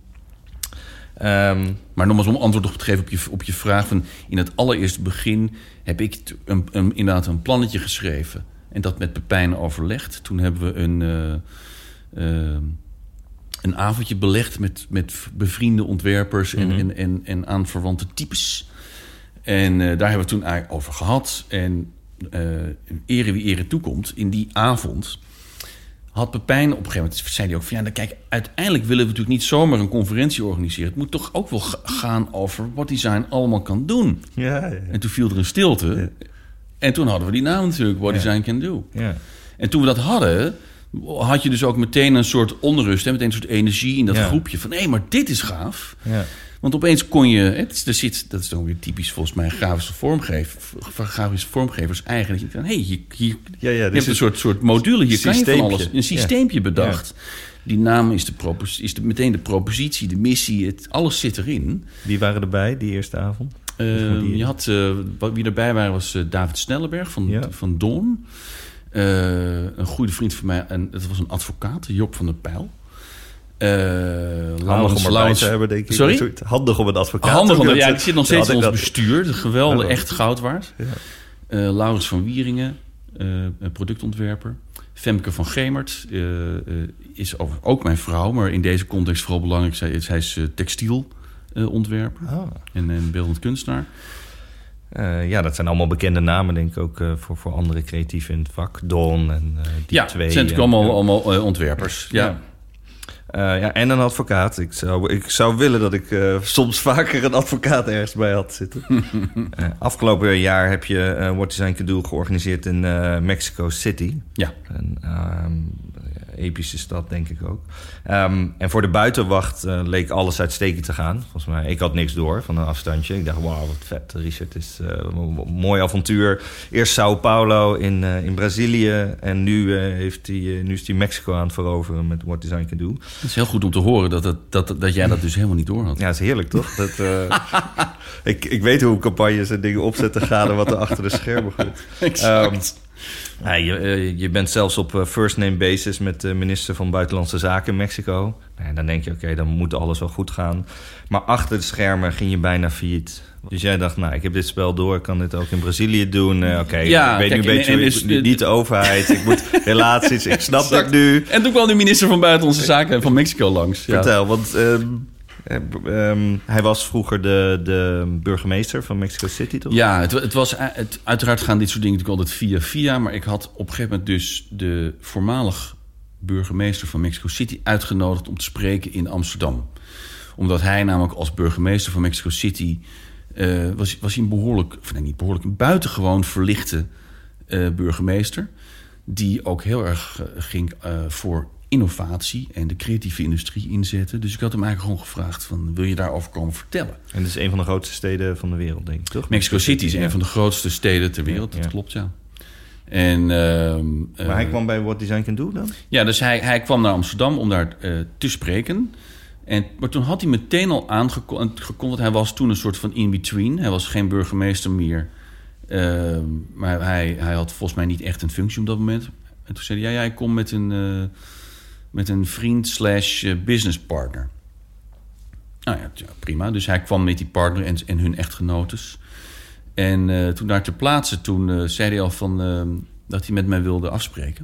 C: Um, maar nogmaals, om antwoord op te geven op je, op je vraag. Van, in het allereerste begin heb ik t, een, een, inderdaad een plannetje geschreven. En dat met Pepijn overlegd. Toen hebben we een, uh, uh, een avondje belegd met, met bevriende ontwerpers en, mm-hmm. en, en, en aanverwante types. En uh, daar hebben we het toen eigenlijk over gehad. En uh, ere wie ere toekomt, in die avond had Pepijn op een gegeven moment, zei hij ook van ja, dan kijk, uiteindelijk willen we natuurlijk niet zomaar een conferentie organiseren. Het moet toch ook wel g- gaan over wat design allemaal kan doen.
B: Ja, ja, ja.
C: En toen viel er een stilte. Ja. En toen hadden we die naam natuurlijk, What ja. Design Can Do.
B: Ja.
C: En toen we dat hadden, had je dus ook meteen een soort onrust, hè, meteen een soort energie in dat ja. groepje van hé, maar dit is gaaf. Ja. Want opeens kon je, het, er zit, dat is dan weer typisch volgens mij grafische vormgevers, grafische vormgevers eigen. Dat je van, hé, hey, hier, hier
B: ja, ja,
C: je hebt een soort, soort module, hier kan je van alles, een systeempje
B: ja.
C: bedacht. Ja. Die naam is, de propos, is de, meteen de propositie, de missie, het, alles zit erin.
B: Wie waren erbij die eerste avond?
C: Uh, je had, uh, wie erbij waren was uh, David Snellenberg van, ja. van Dawn. Uh, een goede vriend van mij, en dat was een advocaat, Job van der Pijl. Uh,
B: handig om erbij te hebben, denk ik.
C: Sorry?
B: Handig om een advocaat
C: handig
B: te
C: hebben. Ja, ik zit nog steeds in ons
B: dat...
C: bestuur. Geweldig, ja, echt goud waard.
B: Ja.
C: Uh, Laurens van Wieringen, uh, productontwerper. Femke van Gemert uh, uh, is ook mijn vrouw, maar in deze context vooral belangrijk. Zij is, hij is uh, textielontwerper uh, oh. en, en beeldend kunstenaar.
B: Uh, ja, dat zijn allemaal bekende namen, denk ik ook, uh, voor, voor andere creatieven in het vak. Dawn en uh, die
C: ja,
B: twee.
C: Ja, zijn natuurlijk allemaal, ja. allemaal uh, ontwerpers. Ja.
B: ja. Uh, ja, en een advocaat. Ik zou, ik zou willen dat ik uh, soms vaker een advocaat ergens bij had zitten. uh, afgelopen jaar heb je uh, What Design Can Do georganiseerd in uh, Mexico City.
C: Ja.
B: Een um, epische stad, denk ik ook. Um, en voor de buitenwacht uh, leek alles uitstekend te gaan. Volgens mij, ik had niks door van een afstandje. Ik dacht, wauw, wat vet. Richard is uh, een mooi avontuur. Eerst Sao Paulo in, uh, in Brazilië. En nu, uh, heeft hij, uh, nu is hij Mexico aan het veroveren met What Design Can Do.
C: Het is heel goed om te horen dat, het, dat, dat jij dat dus helemaal niet door had.
B: Ja, dat is heerlijk, toch? Dat, uh, ik, ik weet hoe campagnes en dingen opzetten gaan en wat er achter de schermen gaat.
C: Exact.
B: Um, ja, je, je bent zelfs op first name basis met de minister van Buitenlandse Zaken in Mexico. Nou, dan denk je, oké, okay, dan moet alles wel goed gaan. Maar achter de schermen ging je bijna failliet. Dus jij dacht, nou, ik heb dit spel door, ik kan dit ook in Brazilië doen. Uh, oké, okay, ja, ik weet kijk, nu een beetje, en, en is, niet, niet de overheid, ik moet relaties, ik snap het nu.
C: En toen kwam de minister van Buitenlandse Zaken van Mexico langs. Ja.
B: Vertel, want um, um, hij was vroeger de, de burgemeester van Mexico City, toch?
C: Ja, het, het was, het, uiteraard gaan dit soort dingen natuurlijk altijd via via, maar ik had op een gegeven moment dus de voormalig burgemeester van Mexico City uitgenodigd om te spreken in Amsterdam. Omdat hij namelijk als burgemeester van Mexico City Uh, was, was hij een behoorlijk, of nee, niet behoorlijk, een buitengewoon verlichte uh, burgemeester. Die ook heel erg uh, ging uh, voor innovatie en de creatieve industrie inzetten. Dus ik had hem eigenlijk gewoon gevraagd van, wil je daarover komen vertellen?
B: En dat is een van de grootste steden van de wereld, denk ik, toch?
C: Mexico City is ja. een van de grootste steden ter wereld, ja, dat ja. klopt, ja. En, uh,
B: maar hij uh, kwam bij What Design Can Do dan?
C: Ja, dus hij, hij kwam naar Amsterdam om daar uh, te spreken. En, maar toen had hij meteen al aangekondigd, hij was toen een soort van in-between. Hij was geen burgemeester meer Uh, maar hij, hij had volgens mij niet echt een functie op dat moment. En toen zei hij, ja, jij komt met een, uh, met een vriend slash business partner. Nou ja, ja, prima. Dus hij kwam met die partner en, en hun echtgenotes. En uh, toen daar ter plaatse, toen uh, zei hij al van, uh, dat hij met mij wilde afspreken.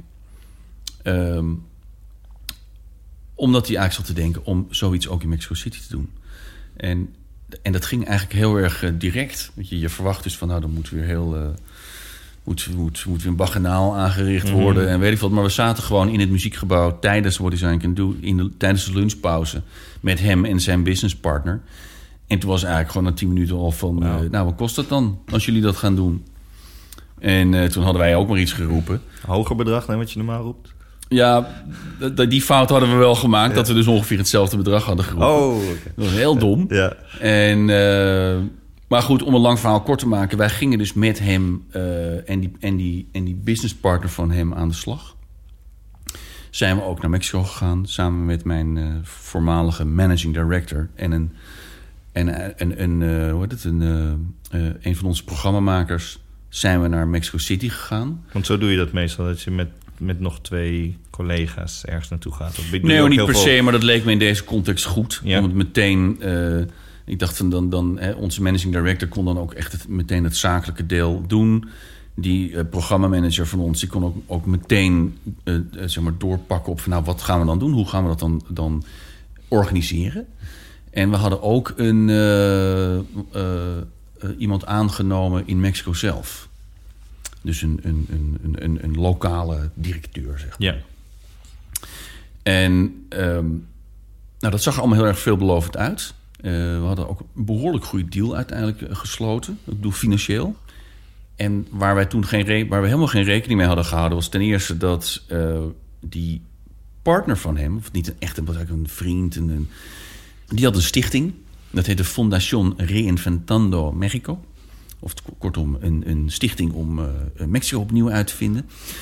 C: Um, omdat hij eigenlijk zat te denken om zoiets ook in Mexico City te doen. En, en dat ging eigenlijk heel erg uh, direct. Want je, je verwacht dus van, nou, dan moet weer heel... Uh, moet, moet, moet weer een baganaal aangericht worden. Mm-hmm. En weet ik wat. Maar we zaten gewoon in het muziekgebouw tijdens What Design Can Do, in de, tijdens de lunchpauze, met hem en zijn businesspartner. En toen was eigenlijk gewoon na tien minuten al van... Wow. Uh, nou, wat kost dat dan als jullie dat gaan doen? En uh, toen hadden wij ook maar iets geroepen.
B: Hoger bedrag dan wat je normaal roept?
C: Ja, d- die fout hadden we wel gemaakt. Ja. Dat we dus ongeveer hetzelfde bedrag hadden geroepen.
B: Oh, okay.
C: Dat was heel dom.
B: Ja.
C: En, uh, maar goed, om een lang verhaal kort te maken. Wij gingen dus met hem uh, en, die, en, die, en die businesspartner van hem aan de slag. Zijn we ook naar Mexico gegaan. Samen met mijn uh, voormalige managing director. En een, en, een, een, uh, hoe heet het, een, uh, uh, een van onze programmamakers. Zijn we naar Mexico City gegaan.
B: Want zo doe je dat meestal, dat je met... met nog twee collega's ergens naartoe gaat? Of
C: nee, niet per veel... se, maar dat leek me in deze context goed. Ja. Om het meteen... Uh, ik dacht van dan, dan hè, onze managing director kon dan ook echt het, meteen het zakelijke deel doen. Die uh, programmamanager van ons, die kon ook, ook meteen uh, uh, zeg maar doorpakken op van, nou, wat gaan we dan doen? Hoe gaan we dat dan, dan organiseren? En we hadden ook een uh, uh, uh, iemand aangenomen in Mexico zelf. Dus een, een, een, een, een lokale directeur, zeg maar.
B: Ja.
C: En um, nou, dat zag er allemaal heel erg veelbelovend uit. Uh, we hadden ook een behoorlijk goede deal uiteindelijk uh, gesloten. Ik bedoel financieel. En waar wij toen geen re- waar we helemaal geen rekening mee hadden gehouden... was ten eerste dat uh, die partner van hem... of niet een echt een, een vriend... Een, een, die had een stichting. Dat heette Fundación Reinventando Mexico. Of kortom, een, een stichting om uh, Mexico opnieuw uit te vinden.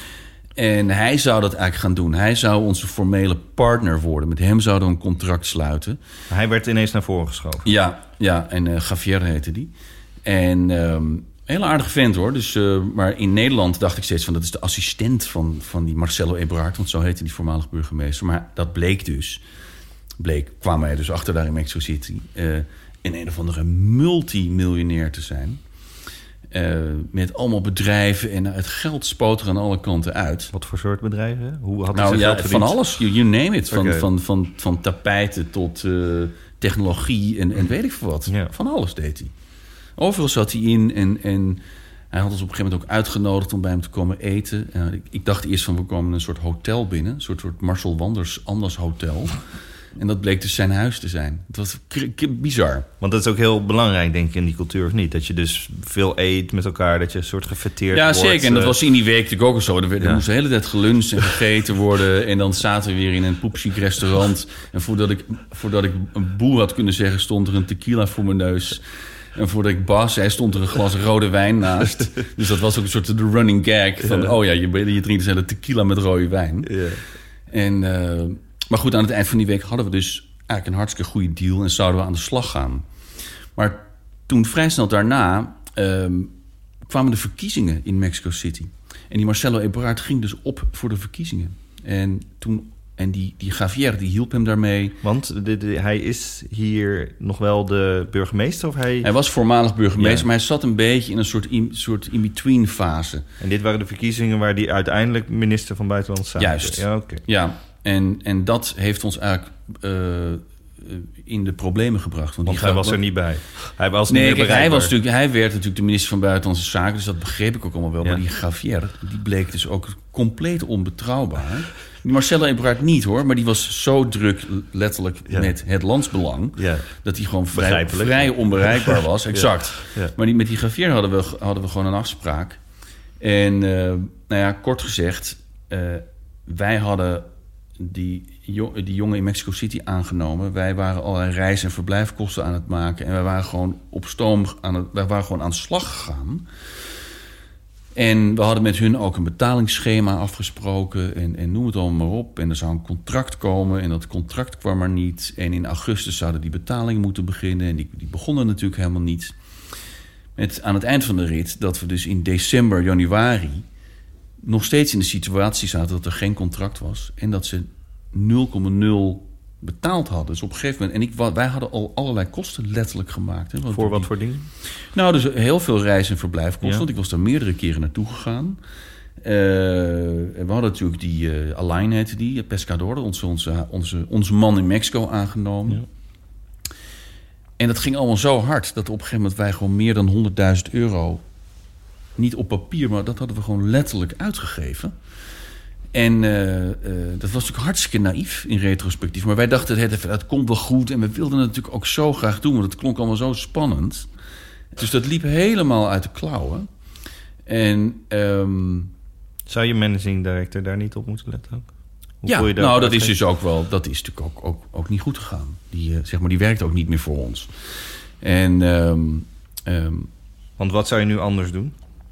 C: En hij zou dat eigenlijk gaan doen. Hij zou onze formele partner worden. Met hem zouden we een contract sluiten.
B: Hij werd ineens naar voren geschoven.
C: Ja, ja en uh, Javier heette die. En um, een hele aardige vent hoor. Dus, uh, maar in Nederland dacht ik steeds van... dat is de assistent van, van die Marcelo Ebrard. Want zo heette die voormalig burgemeester. Maar dat bleek dus... bleek, kwamen wij dus achter daar in Mexico City... Uh, in een of andere multimiljonair te zijn... Uh, met allemaal bedrijven en het geld spoot er aan alle kanten uit.
B: Wat voor soort bedrijven? Hoe had
C: nou ja,
B: geld
C: van alles. You, you name it. Van,
B: okay. van,
C: van, van, van tapijten tot uh, technologie en, en weet ik veel wat. Ja. Van alles deed hij. Overal zat hij in en, en hij had ons op een gegeven moment ook uitgenodigd om bij hem te komen eten. Uh, ik, ik dacht eerst van we komen een soort hotel binnen. Een soort, soort Marcel Wanders Anders hotel. En dat bleek dus zijn huis te zijn. Het was k- k- bizar.
B: Want dat is ook heel belangrijk, denk ik, in die cultuur, of niet? Dat je dus veel eet met elkaar, dat je een soort gefeteerd
C: ja,
B: wordt.
C: Ja, zeker. En dat was in die week natuurlijk ook al zo. Er, werd, er ja. moest de hele tijd geluncht en gegeten worden. En dan zaten we weer in een poepziek restaurant. En voordat ik, voordat ik een boer had kunnen zeggen... stond er een tequila voor mijn neus. En voordat ik Bas zei, stond er een glas rode wijn naast. Dus dat was ook een soort de running gag. Van, ja. oh ja, je, je drinkt dus hele tequila met rode wijn. Ja. En... Uh, Maar goed, aan het eind van die week hadden we dus eigenlijk een hartstikke goede deal... en zouden we aan de slag gaan. Maar toen vrij snel daarna um, kwamen de verkiezingen in Mexico City. En die Marcelo Ebrard ging dus op voor de verkiezingen. En, toen, en die, die Javier, die hielp hem daarmee.
B: Want de, de, hij is hier nog wel de burgemeester? Of hij...
C: hij was voormalig burgemeester, ja. maar hij zat een beetje in een soort, in, soort in-between fase.
B: En dit waren de verkiezingen waar hij uiteindelijk minister van Buitenlandse Zaken...
C: Juist,
B: ja, okay.
C: ja. En, en dat heeft ons eigenlijk uh, in de problemen gebracht.
B: Want, want hij was er niet bij. Hij was
C: nee,
B: niet
C: kijk, hij, was natuurlijk, hij werd natuurlijk de minister van Buitenlandse Zaken... dus dat begreep ik ook allemaal wel. Ja. Maar die Javier, die bleek dus ook compleet onbetrouwbaar. Die Marcelo Ebrard niet, hoor. Maar die was zo druk, letterlijk, ja. met het landsbelang... Ja. dat hij gewoon vrij, vrij onbereikbaar was. Exact. Ja. Ja. Maar die, met die Javier hadden we, hadden we gewoon een afspraak. En uh, nou ja, kort gezegd... Uh, wij hadden... Die, die jongen in Mexico City aangenomen. Wij waren allerlei reis- en verblijfkosten aan het maken. En wij waren gewoon op stoom aan het, wij waren gewoon aan de slag gegaan. En we hadden met hun ook een betalingsschema afgesproken. En, en noem het allemaal maar op. En er zou een contract komen. En dat contract kwam er niet. En in augustus zouden die betalingen moeten beginnen. En die, die begonnen natuurlijk helemaal niet. Met aan het eind van de rit dat we dus in december, januari... nog steeds in de situatie zaten dat er geen contract was... en dat ze nul komma nul betaald hadden. Dus op een gegeven moment... en ik, wij hadden al allerlei kosten letterlijk gemaakt. Hè,
B: voor wat voor dingen?
C: Nou, dus heel veel reis- en verblijfkosten.
B: Ja.
C: Want ik was daar meerdere keren naartoe gegaan. Uh, we hadden natuurlijk die... Uh, Alain heette die, Pescador... onze, onze, onze, onze man in Mexico aangenomen... Ja. En dat ging allemaal zo hard... dat op een gegeven moment wij gewoon meer dan honderdduizend euro... niet op papier, maar dat hadden we gewoon letterlijk uitgegeven. En uh, uh, dat was natuurlijk hartstikke naïef in retrospectief. Maar wij dachten, het, het komt wel goed. En we wilden het natuurlijk ook zo graag doen... want het klonk allemaal zo spannend. Dus dat liep helemaal uit de klauwen. En... Um,
B: zou je managing director daar niet op moeten letten ook?
C: Ja, nou, dat is dus ook wel... dat is natuurlijk ook, ook, ook niet goed gegaan. Die, uh, zeg maar, die werkt ook niet meer voor ons. En... Um, um,
B: Want wat zou je nu anders doen?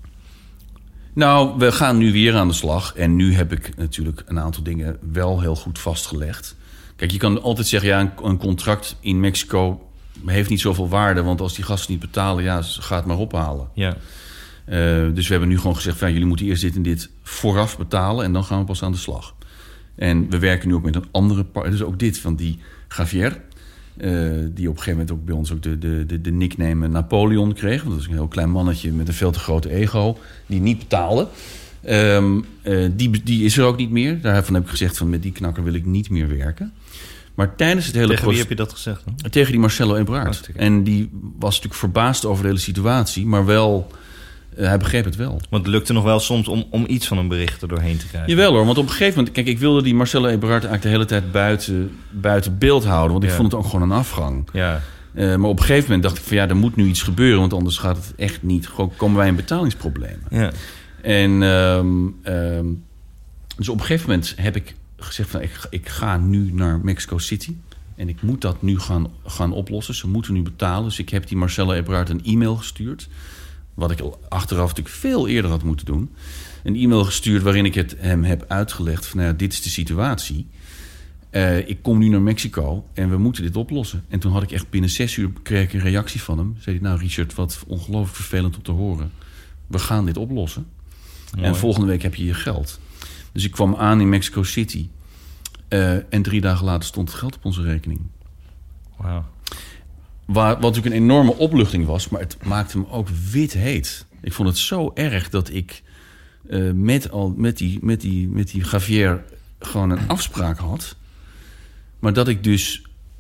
C: Nou, we gaan nu weer aan de slag. En nu heb ik natuurlijk een aantal dingen wel heel goed vastgelegd. Kijk, je kan altijd zeggen... ja, een, een contract in Mexico heeft niet zoveel waarde... want als die gasten niet betalen, ja, ga het maar ophalen.
B: Ja.
C: Uh, dus we hebben nu gewoon gezegd... van, jullie moeten eerst dit en dit vooraf betalen... en dan gaan we pas aan de slag. En we werken nu ook met een andere partner. Dus ook dit van die Javier... Uh, die op een gegeven moment ook bij ons ook de, de, de, de nickname Napoleon kreeg. Want dat is een heel klein mannetje met een veel te grote ego... die niet betaalde. Um, uh, die, die is er ook niet meer. Daarvan heb ik gezegd van met die knakker wil ik niet meer werken. Maar tijdens het hele
B: Tegen wie
C: proces,
B: heb je dat gezegd dan?
C: Tegen die Marcelo Ebrard. Oh, en die was natuurlijk verbaasd over de hele situatie... maar wel... Uh, hij begreep het wel.
B: Want het lukte nog wel soms om, om iets van een bericht er doorheen te krijgen.
C: Jawel hoor, want op een gegeven moment... Kijk, ik wilde die Marcelo Ebrard eigenlijk de hele tijd buiten, buiten beeld houden. Want ik ja. vond het ook gewoon een afgang.
B: Ja.
C: Uh, maar op een gegeven moment dacht ik van... ja, er moet nu iets gebeuren, want anders gaat het echt niet. Gewoon komen wij in betalingsproblemen.
B: Ja.
C: En um, um, dus op een gegeven moment heb ik gezegd van... ik, ik ga nu naar Mexico City... en ik moet dat nu gaan, gaan oplossen. Ze moeten nu betalen. Dus ik heb die Marcelo Ebrard een e-mail gestuurd... wat ik achteraf natuurlijk veel eerder had moeten doen. Een e-mail gestuurd waarin ik het hem heb uitgelegd... van nou ja, dit is de situatie. Uh, ik kom nu naar Mexico en we moeten dit oplossen. En toen had ik echt binnen zes uur kreeg ik een reactie van hem. Zei hij, nou Richard, wat ongelooflijk vervelend om te horen. We gaan dit oplossen. Mooi. En volgende week heb je je geld. Dus ik kwam aan in Mexico City. Uh, en drie dagen later stond het geld op onze rekening.
B: Wauw.
C: Waar, wat natuurlijk een enorme opluchting was... maar het maakte me ook wit heet. Ik vond het zo erg dat ik uh, met, al, met, die, met, die, met die Javier gewoon een afspraak had... maar dat ik dus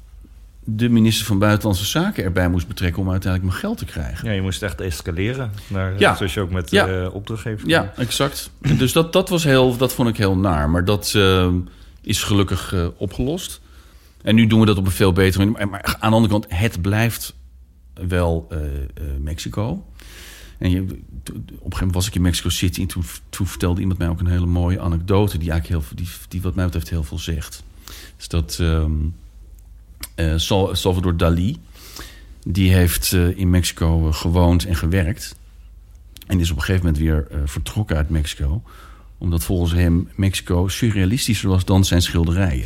C: de minister van Buitenlandse Zaken erbij moest betrekken... om uiteindelijk mijn geld te krijgen.
B: Ja, je moest echt escaleren. Naar,
C: ja.
B: Zoals je ook met
C: ja.
B: de uh, opdrachtgever.
C: Ja, exact. Dus dat, dat, was heel, dat vond ik heel naar. Maar dat uh, is gelukkig uh, opgelost... En nu doen we dat op een veel betere manier. Maar aan de andere kant, het blijft wel uh, uh, Mexico. En je, op een gegeven moment was ik in Mexico City... en toen, toen vertelde iemand mij ook een hele mooie anekdote... die eigenlijk heel, die, die wat mij betreft heel veel zegt. Dus dat um, uh, Salvador Dali... die heeft uh, in Mexico uh, gewoond en gewerkt... en is op een gegeven moment weer uh, vertrokken uit Mexico... omdat volgens hem Mexico surrealistischer was dan zijn schilderijen.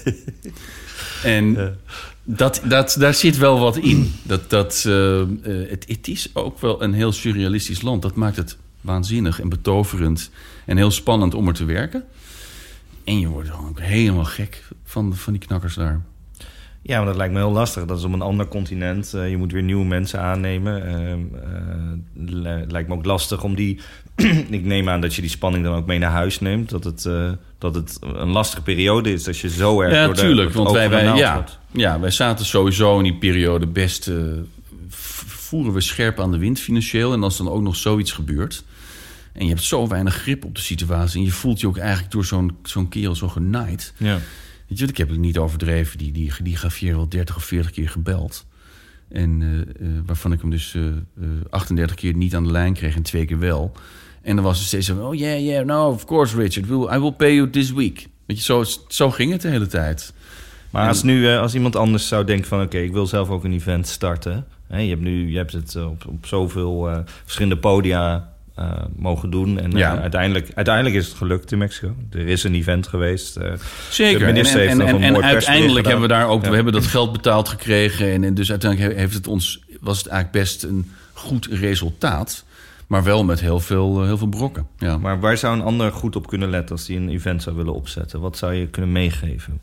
C: En ja. dat, dat, daar zit wel wat in. Dat, dat, uh, uh, het, het is ook wel een heel surrealistisch land. Dat maakt het waanzinnig en betoverend en heel spannend om er te werken. En je wordt gewoon helemaal gek van, van die knakkers daar.
B: Ja, maar dat lijkt me heel lastig. Dat is op een ander continent. Uh, je moet weer nieuwe mensen aannemen. Uh, uh, lijkt me ook lastig om die... Ik neem aan dat je die spanning dan ook mee naar huis neemt. Dat het, uh, dat het een lastige periode is als je zo erg...
C: Ja,
B: door
C: tuurlijk.
B: de,
C: Want wij, wij, ja,
B: wordt.
C: ja, wij zaten sowieso in die periode best... Uh, voeren we scherp aan de wind financieel. En als dan ook nog zoiets gebeurt... en je hebt zo weinig grip op de situatie... en je voelt je ook eigenlijk door zo'n, zo'n kerel zo genaaid...
B: Ja.
C: Weet je, ik heb het niet overdreven. Die, die, die Javier wel dertig of veertig keer gebeld. En uh, uh, waarvan ik hem dus uh, uh, achtendertig keer niet aan de lijn kreeg en twee keer wel. En dan was het steeds zo... Oh yeah, yeah, no, of course Richard. We'll, I will pay you this week. Weet je, zo, zo ging het de hele tijd.
B: Maar en, als nu uh, als iemand anders zou denken van... Oké, okay, ik wil zelf ook een event starten. Hè, je hebt nu je hebt het op, op zoveel uh, verschillende podia... Uh, mogen doen. En
C: ja.
B: uh, uiteindelijk, uiteindelijk is het gelukt in Mexico. Er is een event geweest. Uh,
C: Zeker.
B: De minister
C: en
B: heeft
C: en,
B: nog
C: en,
B: een
C: en
B: mooi
C: uiteindelijk hebben we daar ook...
B: Ja.
C: We hebben dat geld betaald gekregen. En, en dus uiteindelijk heeft het ons... was het eigenlijk best een goed resultaat. Maar wel met heel veel, uh, heel veel brokken. Ja.
B: Maar waar zou een ander goed op kunnen letten als die een event zou willen opzetten? Wat zou je kunnen meegeven?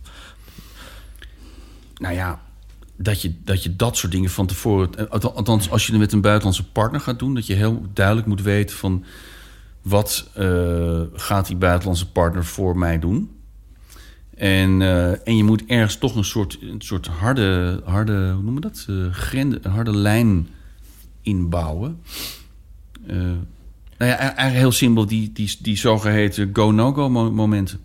C: Nou ja, dat je, dat je dat soort dingen van tevoren... Althans, als je het met een buitenlandse partner gaat doen... dat je heel duidelijk moet weten van... wat uh, gaat die buitenlandse partner voor mij doen? En, uh, en je moet ergens toch een soort, een soort harde, harde... hoe noemen we dat? Uh, grende, een harde lijn inbouwen... Uh, nou ja, eigenlijk heel simpel, die, die, die zogeheten go-no-go momenten.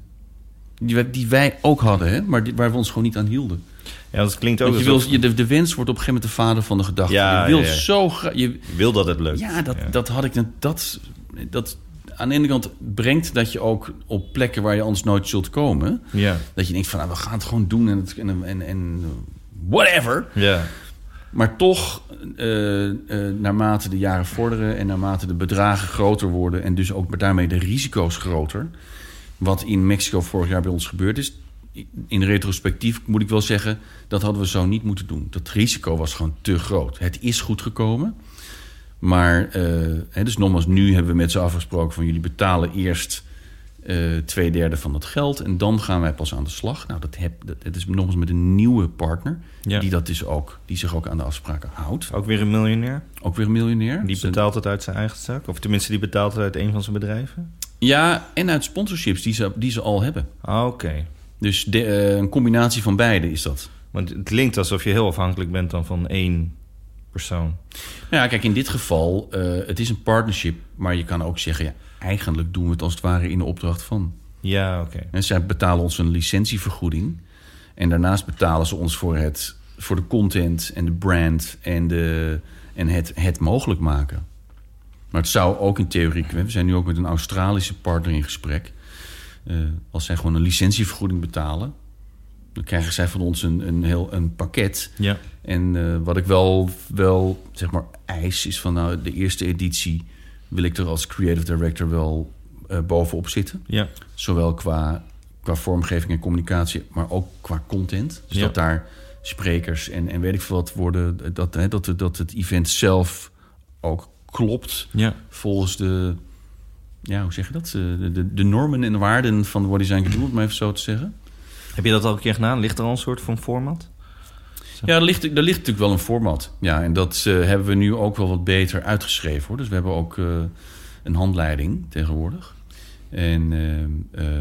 C: Die, die wij ook hadden, hè? Maar die, waar we ons gewoon niet aan hielden.
B: Ja, dat klinkt ook...
C: Je wil, je, de, de wens wordt op een gegeven moment de vader van de gedachte.
B: Ja,
C: je wil
B: ja, ja.
C: zo graag... Je
B: wil dat het lukt.
C: Ja, dat,
B: ja.
C: dat had ik... Dat, dat aan de ene kant brengt dat je ook op plekken waar je anders nooit zult komen...
B: Ja.
C: Dat je denkt van, nou, we gaan het gewoon doen en, het, en, en, en whatever...
B: Ja.
C: Maar toch, uh, uh, naarmate de jaren vorderen... en naarmate de bedragen groter worden... en dus ook daarmee de risico's groter... wat in Mexico vorig jaar bij ons gebeurd is... in retrospectief moet ik wel zeggen... dat hadden we zo niet moeten doen. Dat risico was gewoon te groot. Het is goed gekomen. Maar, uh, hè, dus nogmaals, nu hebben we met ze afgesproken... van jullie betalen eerst... Uh, twee derde van dat geld en dan gaan wij pas aan de slag. Nou, dat, heb, dat, dat is nogmaals met een nieuwe partner... Ja. Die, dat dus ook, die zich ook aan de afspraken houdt.
B: Ook weer een miljonair?
C: Ook weer een miljonair.
B: Die betaalt het uit zijn eigen zak? Of tenminste, die betaalt het uit een van zijn bedrijven?
C: Ja, en uit sponsorships die ze, die ze al hebben.
B: Ah, oké. Okay.
C: Dus de, uh, een combinatie van beide is dat.
B: Want het klinkt alsof je heel afhankelijk bent dan van één persoon.
C: Ja, kijk, in dit geval, uh, het is een partnership... maar je kan ook zeggen... ja, eigenlijk doen we het als het ware in de opdracht van.
B: Ja, oké. Okay.
C: En zij betalen ons een licentievergoeding. En daarnaast betalen ze ons voor, het, voor de content en de brand... en, de, en het, het mogelijk maken. Maar het zou ook in theorie... We zijn nu ook met een Australische partner in gesprek. Uh, als zij gewoon een licentievergoeding betalen... dan krijgen zij van ons een, een heel een pakket.
B: Ja.
C: En uh, wat ik wel, wel zeg maar eis is van... nou, de eerste editie... wil ik er als creative director wel uh, bovenop zitten.
B: Ja.
C: Zowel qua, qua vormgeving en communicatie, maar ook qua content. Dus
B: ja.
C: dat daar sprekers en, en weet ik veel wat worden... Dat, hè, dat, dat het event zelf ook klopt...
B: Ja.
C: volgens de... Ja, hoe zeg je dat? De, de, de normen en waarden van What Design Can Do, om even zo te zeggen.
B: Heb je dat al een keer gedaan? Ligt er al een soort van format? Zo.
C: Ja, er ligt, er ligt natuurlijk wel een format. Ja, en dat uh, hebben we nu ook wel wat beter uitgeschreven, hoor. Dus we hebben ook uh, een handleiding tegenwoordig. En, uh, uh,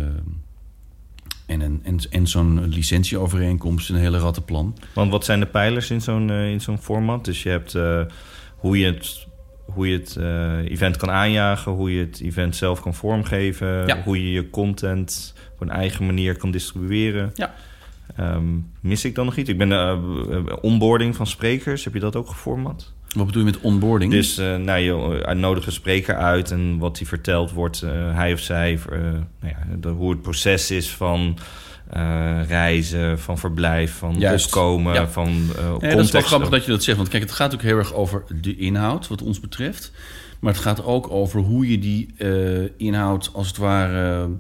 C: en, en, en, en zo'n licentieovereenkomst, een hele rattenplan.
B: Want wat zijn de pijlers in zo'n, uh, in zo'n format? Dus je hebt uh, hoe je het... hoe je het uh, event kan aanjagen... hoe je het event zelf kan vormgeven...
C: Ja.
B: hoe je je content op een eigen manier kan distribueren.
C: Ja.
B: Um, mis ik dan nog iets? Ik ben uh, onboarding van sprekers. Heb je dat ook geformat?
C: Wat bedoel je met onboarding?
B: Dus uh, nou, je nodigt een spreker uit... en wat hij vertelt wordt uh, hij of zij... Uh, nou ja, de, hoe het proces is van... Uh, reizen, van verblijf, van
C: Juist.
B: opkomen,
C: ja.
B: van uh, context.
C: Ja, dat is wel grappig dat je dat zegt. Want kijk, het gaat ook heel erg over de inhoud, wat ons betreft. Maar het gaat ook over hoe je die uh, inhoud als het ware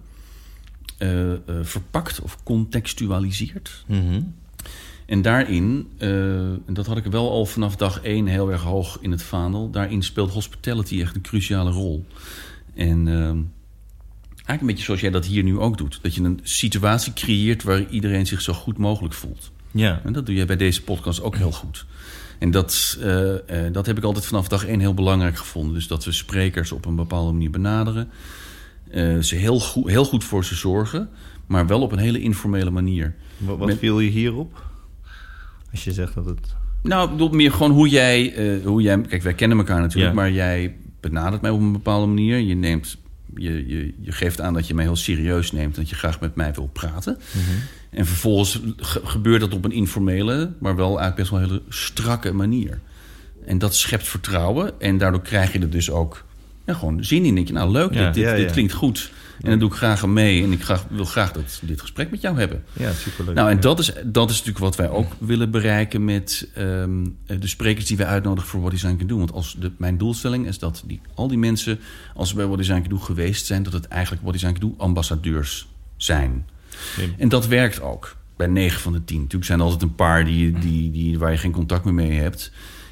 C: uh, uh, verpakt of contextualiseert.
B: Mm-hmm.
C: En daarin, uh, en dat had ik wel al vanaf dag één heel erg hoog in het vaandel... daarin speelt hospitality echt een cruciale rol. En... Uh, Eigenlijk een beetje zoals jij dat hier nu ook doet. Dat je een situatie creëert waar iedereen zich zo goed mogelijk voelt.
B: Ja.
C: En dat doe jij bij deze podcast ook heel goed. En dat, uh, uh, dat heb ik altijd vanaf dag één heel belangrijk gevonden. Dus dat we sprekers op een bepaalde manier benaderen. Uh, ze heel goed, heel goed voor ze zorgen. Maar wel op een hele informele manier.
B: Wat, wat Met... viel je hierop? Als je zegt dat het...
C: Nou, ik bedoel meer gewoon hoe jij, uh, hoe jij... Kijk, wij kennen elkaar natuurlijk. Ja. Maar jij benadert mij op een bepaalde manier. Je neemt... Je, je, je geeft aan dat je mij heel serieus neemt... dat je graag met mij wil praten.
B: Mm-hmm.
C: En vervolgens ge- gebeurt dat op een informele... maar wel eigenlijk best wel een hele strakke manier. En dat schept vertrouwen. En daardoor krijg je er dus ook ja, gewoon zin in. Denk je, nou leuk,
B: ja,
C: dit, dit,
B: ja, ja.
C: dit klinkt goed. En dan doe ik graag aan mee. En ik graag, wil graag dat, dit gesprek met jou hebben.
B: Ja, superleuk.
C: Nou, en
B: ja.
C: dat is, dat is natuurlijk wat wij ook willen bereiken... met um, de sprekers die wij uitnodigen voor What Design Can Do. Want als de, mijn doelstelling is dat die, al die mensen... als ze bij What Design Can Do geweest zijn... dat het eigenlijk What Design Can Do ambassadeurs zijn.
B: Nee.
C: En dat werkt ook bij negen van de tien. Natuurlijk zijn er altijd een paar die, die, die, waar je geen contact meer mee hebt...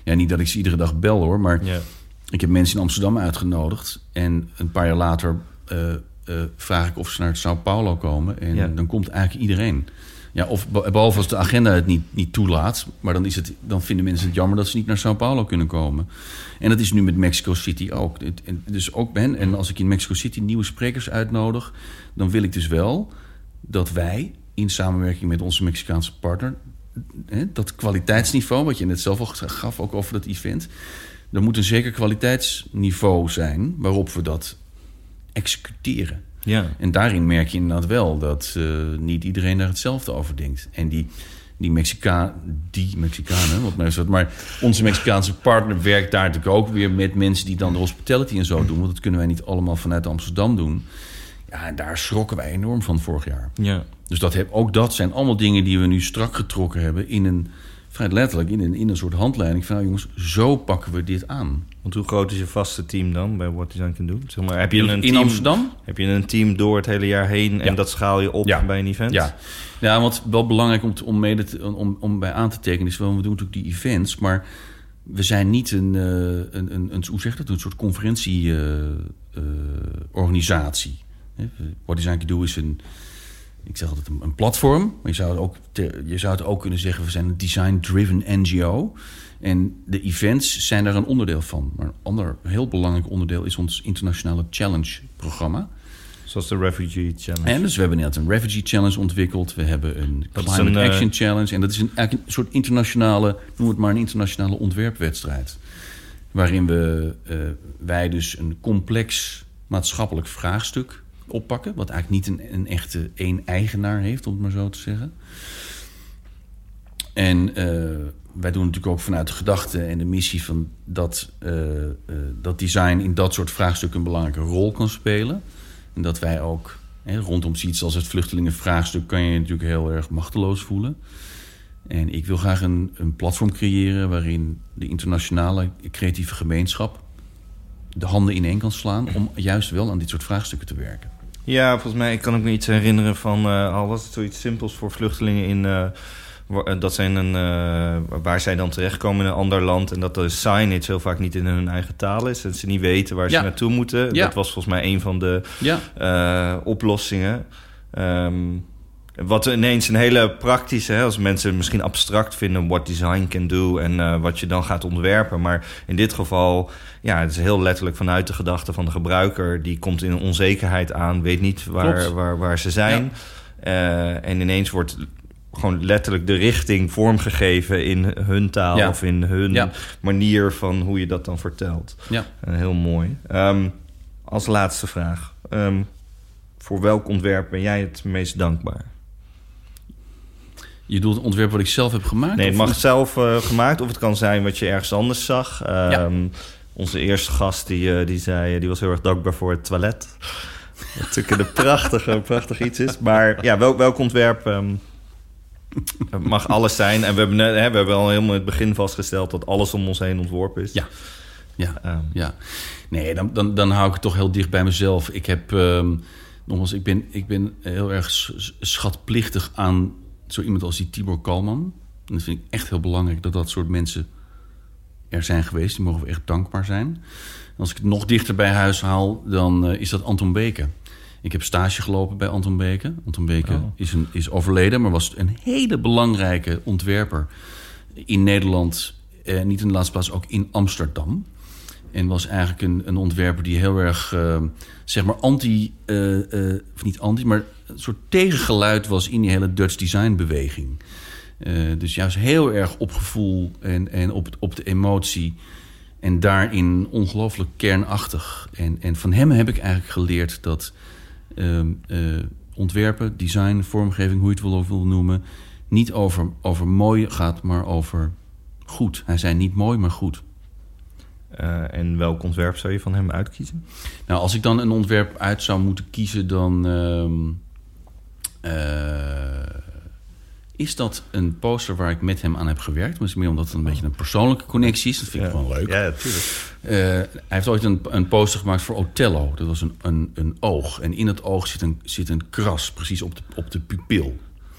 C: Ja, niet dat ik ze iedere dag bel, hoor. Maar
B: Ja.
C: ik heb mensen in Amsterdam uitgenodigd. En een paar jaar later uh, uh, vraag ik of ze naar Sao Paulo komen. En
B: Ja.
C: dan komt eigenlijk iedereen. Ja, of behalve als de agenda het niet, niet toelaat. Maar dan, is het, dan vinden mensen het jammer dat ze niet naar Sao Paulo kunnen komen. En dat is nu met Mexico City ook. Het, en dus ook ben. En als ik in Mexico City nieuwe sprekers uitnodig, dan wil ik dus wel dat wij in samenwerking met onze Mexicaanse partner, hè, dat kwaliteitsniveau, wat je net zelf al gaf, ook over dat event, er moet een zeker kwaliteitsniveau zijn waarop we dat executeren.
B: Ja.
C: En daarin merk je inderdaad wel dat uh, niet iedereen daar hetzelfde over denkt. En die, die Mexica, die Mexicanen, wat mij zegt, maar onze Mexicaanse partner werkt daar natuurlijk ook weer met mensen die dan de hospitality en zo doen. Want dat kunnen wij niet allemaal vanuit Amsterdam doen. Ja, en daar schrokken wij enorm van vorig jaar.
B: Ja.
C: Dus dat heb, ook dat zijn allemaal dingen die we nu strak getrokken hebben in een, vrij letterlijk, in een, in een soort handleiding van, nou jongens, zo pakken we dit aan.
B: Want hoe groot is je vaste team dan bij What Design Can Do? Zeg maar, heb je
C: In,
B: een
C: in
B: team,
C: Amsterdam?
B: Heb je een team door het hele jaar heen en
C: Ja.
B: dat schaal je op
C: Ja.
B: bij een event?
C: Ja, ja, want wel belangrijk om, te, om, mede te, om, om bij aan te tekenen is wel, we doen natuurlijk die events, maar we zijn niet een, uh, een, een, een hoe zeg je dat, een soort conferentieorganisatie. Uh, uh, What Design Can Do is een, ik zeg altijd een, een platform, maar je zou, het ook te, je zou het ook kunnen zeggen, we zijn een design-driven N G O. En de events zijn daar een onderdeel van. Maar een ander heel belangrijk onderdeel is ons internationale challenge-programma.
B: Zoals de Refugee Challenge.
C: En dus we hebben net een Refugee Challenge ontwikkeld. We hebben een
B: Dat is
C: Climate
B: een,
C: Action
B: uh,
C: Challenge. En dat is een, eigenlijk een soort internationale, noem het maar een internationale ontwerpwedstrijd. Waarin we, uh, wij dus een complex maatschappelijk vraagstuk oppakken. Wat eigenlijk niet een, een echte één eigenaar heeft, om het maar zo te zeggen. En uh, wij doen natuurlijk ook vanuit de gedachte en de missie van dat, uh, uh, dat design in dat soort vraagstukken een belangrijke rol kan spelen. En dat wij ook, hè, rondom zoiets als het vluchtelingenvraagstuk, kan je je natuurlijk heel erg machteloos voelen. En ik wil graag een, een platform creëren waarin de internationale creatieve gemeenschap de handen ineen kan slaan om juist wel aan dit soort vraagstukken te werken.
B: Ja, volgens mij kan ik me iets herinneren van, uh, al was het zoiets simpels voor vluchtelingen in, uh, waar, dat zijn een, uh, waar zij dan terechtkomen in een ander land en dat de signage heel vaak niet in hun eigen taal is en ze niet weten waar
C: Ja.
B: ze naartoe moeten.
C: Ja.
B: Dat was volgens mij een van de
C: Ja.
B: uh, oplossingen. Um, wat ineens een hele praktische, hè, als mensen misschien abstract vinden what design can do en uh, wat je dan gaat ontwerpen. Maar in dit geval, ja, het is heel letterlijk vanuit de gedachte van de gebruiker. Die komt in een onzekerheid aan, weet niet waar, waar, waar ze zijn. Ja. Uh, en ineens wordt gewoon letterlijk de richting vormgegeven in hun taal
C: Ja.
B: of in hun
C: Ja.
B: manier van hoe je dat dan vertelt.
C: Ja.
B: Uh, heel mooi. Um, als laatste vraag. Um, voor welk ontwerp ben jij het meest dankbaar?
C: Je bedoelt het ontwerp wat ik zelf heb gemaakt?
B: Nee, het
C: of-
B: mag zelf uh, gemaakt of het kan zijn wat je ergens anders zag. Um,
C: Ja.
B: Onze eerste gast die, uh, die zei, die was heel erg dankbaar voor het toilet. Wat natuurlijk een prachtig, prachtig iets is. Maar ja, welk, welk ontwerp um, mag alles zijn? En we hebben, net, hè, we hebben al helemaal in het begin vastgesteld dat alles om ons heen ontworpen is.
C: Ja. Ja,
B: Um,
C: ja. Nee, dan, dan, dan hou ik het toch heel dicht bij mezelf. Ik heb, um, nogmaals, ik ben, ik ben heel erg s- schatplichtig aan zo iemand als die Tibor Kalman. En dat vind ik echt heel belangrijk dat dat soort mensen er zijn geweest. Die mogen we echt dankbaar zijn. En als ik het nog dichter bij huis haal, dan uh, is dat Anton Beke. Ik heb stage gelopen bij Anton Beke. Anton Beke
B: Oh.
C: is, een, is overleden, maar was een hele belangrijke ontwerper in Nederland. Eh, niet in de laatste plaats ook in Amsterdam. En was eigenlijk een, een ontwerper die heel erg, uh, zeg maar, anti... Uh, uh, of niet anti, maar een soort tegengeluid was in die hele Dutch design-beweging. Uh, dus juist heel erg op gevoel en, en op, op de emotie. En daarin ongelooflijk kernachtig. En, en van hem heb ik eigenlijk geleerd dat uh, uh, ontwerpen, design, vormgeving, hoe je het wil, wil noemen, niet over, over mooi gaat, maar over goed. Hij zei niet mooi, maar goed.
B: Uh, en welk ontwerp zou je van hem uitkiezen?
C: Nou, als ik dan een ontwerp uit zou moeten kiezen, dan um, uh, is dat een poster waar ik met hem aan heb gewerkt. Maar het is meer omdat het een beetje een persoonlijke connectie is. Dat vind ik
B: ja.
C: gewoon leuk.
B: Ja, natuurlijk.
C: Uh, hij heeft ooit een, een poster gemaakt voor Othello. Dat was een, een, een oog. En in het oog zit een, zit een kras, precies op de, op de pupil.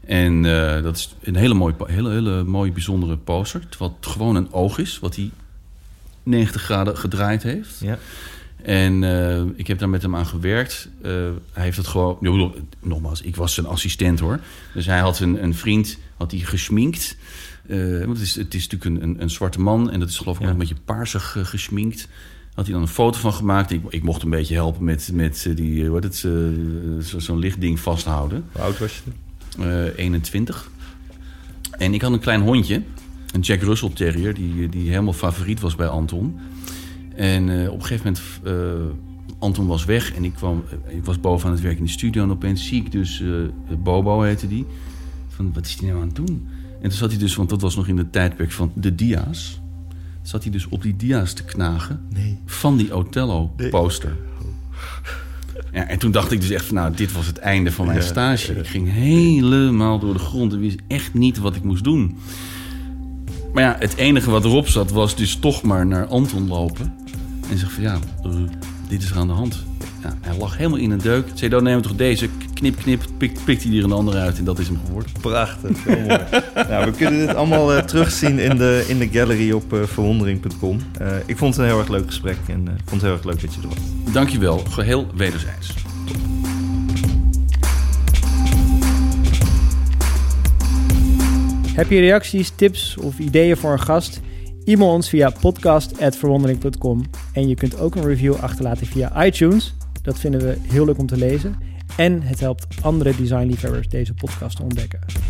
C: En uh, dat is een hele mooie, hele, hele mooie bijzondere poster. Wat gewoon een oog is, wat hij negentig graden gedraaid heeft.
B: Ja.
C: En uh, ik heb daar met hem aan gewerkt. Uh, hij heeft het gewoon... Ik bedoel, nogmaals, ik was zijn assistent hoor. Dus hij had een, een vriend, had hij gesminkt. Uh, want het is, het is natuurlijk een, een, een zwarte man. En dat is geloof ik ja. ook een beetje paarsig uh, gesminkt. Had hij dan een foto van gemaakt. Ik, ik mocht een beetje helpen met, met die, wat het, uh, zo, zo'n lichtding vasthouden.
B: Hoe oud was je toen?
C: Uh, eenentwintig. En ik had een klein hondje. Een Jack Russell Terrier. Die, die helemaal favoriet was bij Anton. En uh, op een gegeven moment... Uh, Anton was weg. En ik, kwam, uh, ik was boven aan het werk in de studio. En opeens zie ik dus... Uh, Bobo heette die. Van, wat is die nou aan het doen? En toen zat hij dus... Want dat was nog in de tijdperk van de dia's. Zat hij dus op die dia's te knagen.
B: Nee.
C: Van die Othello-poster. Nee. Ja, en toen dacht ik dus echt van... Nou, dit was het einde van mijn ja, stage. Ja. Ik ging helemaal door de grond. En wist echt niet wat ik moest doen. Maar ja, het enige wat erop zat... was dus toch maar naar Anton lopen. En zeg van ja, uh, dit is er aan de hand. Ja, hij lag helemaal in een deuk. Zei, dan neem we toch deze. Knip, knip, pikt, pikt hij er een andere uit. En dat is hem geworden.
B: Prachtig, heel mooi. Nou, we kunnen dit allemaal uh, terugzien in de, in de gallery op uh, verwondering punt com. Uh, ik vond het een heel erg leuk gesprek. En uh, ik vond het heel erg leuk dat je er was.
C: Dankjewel, geheel wederzijds.
A: Heb je reacties, tips of ideeën voor een gast? E-mail ons via podcast at verwondering punt com. En je kunt ook een review achterlaten via iTunes. Dat vinden we heel leuk om te lezen. En het helpt andere designliefhebbers deze podcast te ontdekken.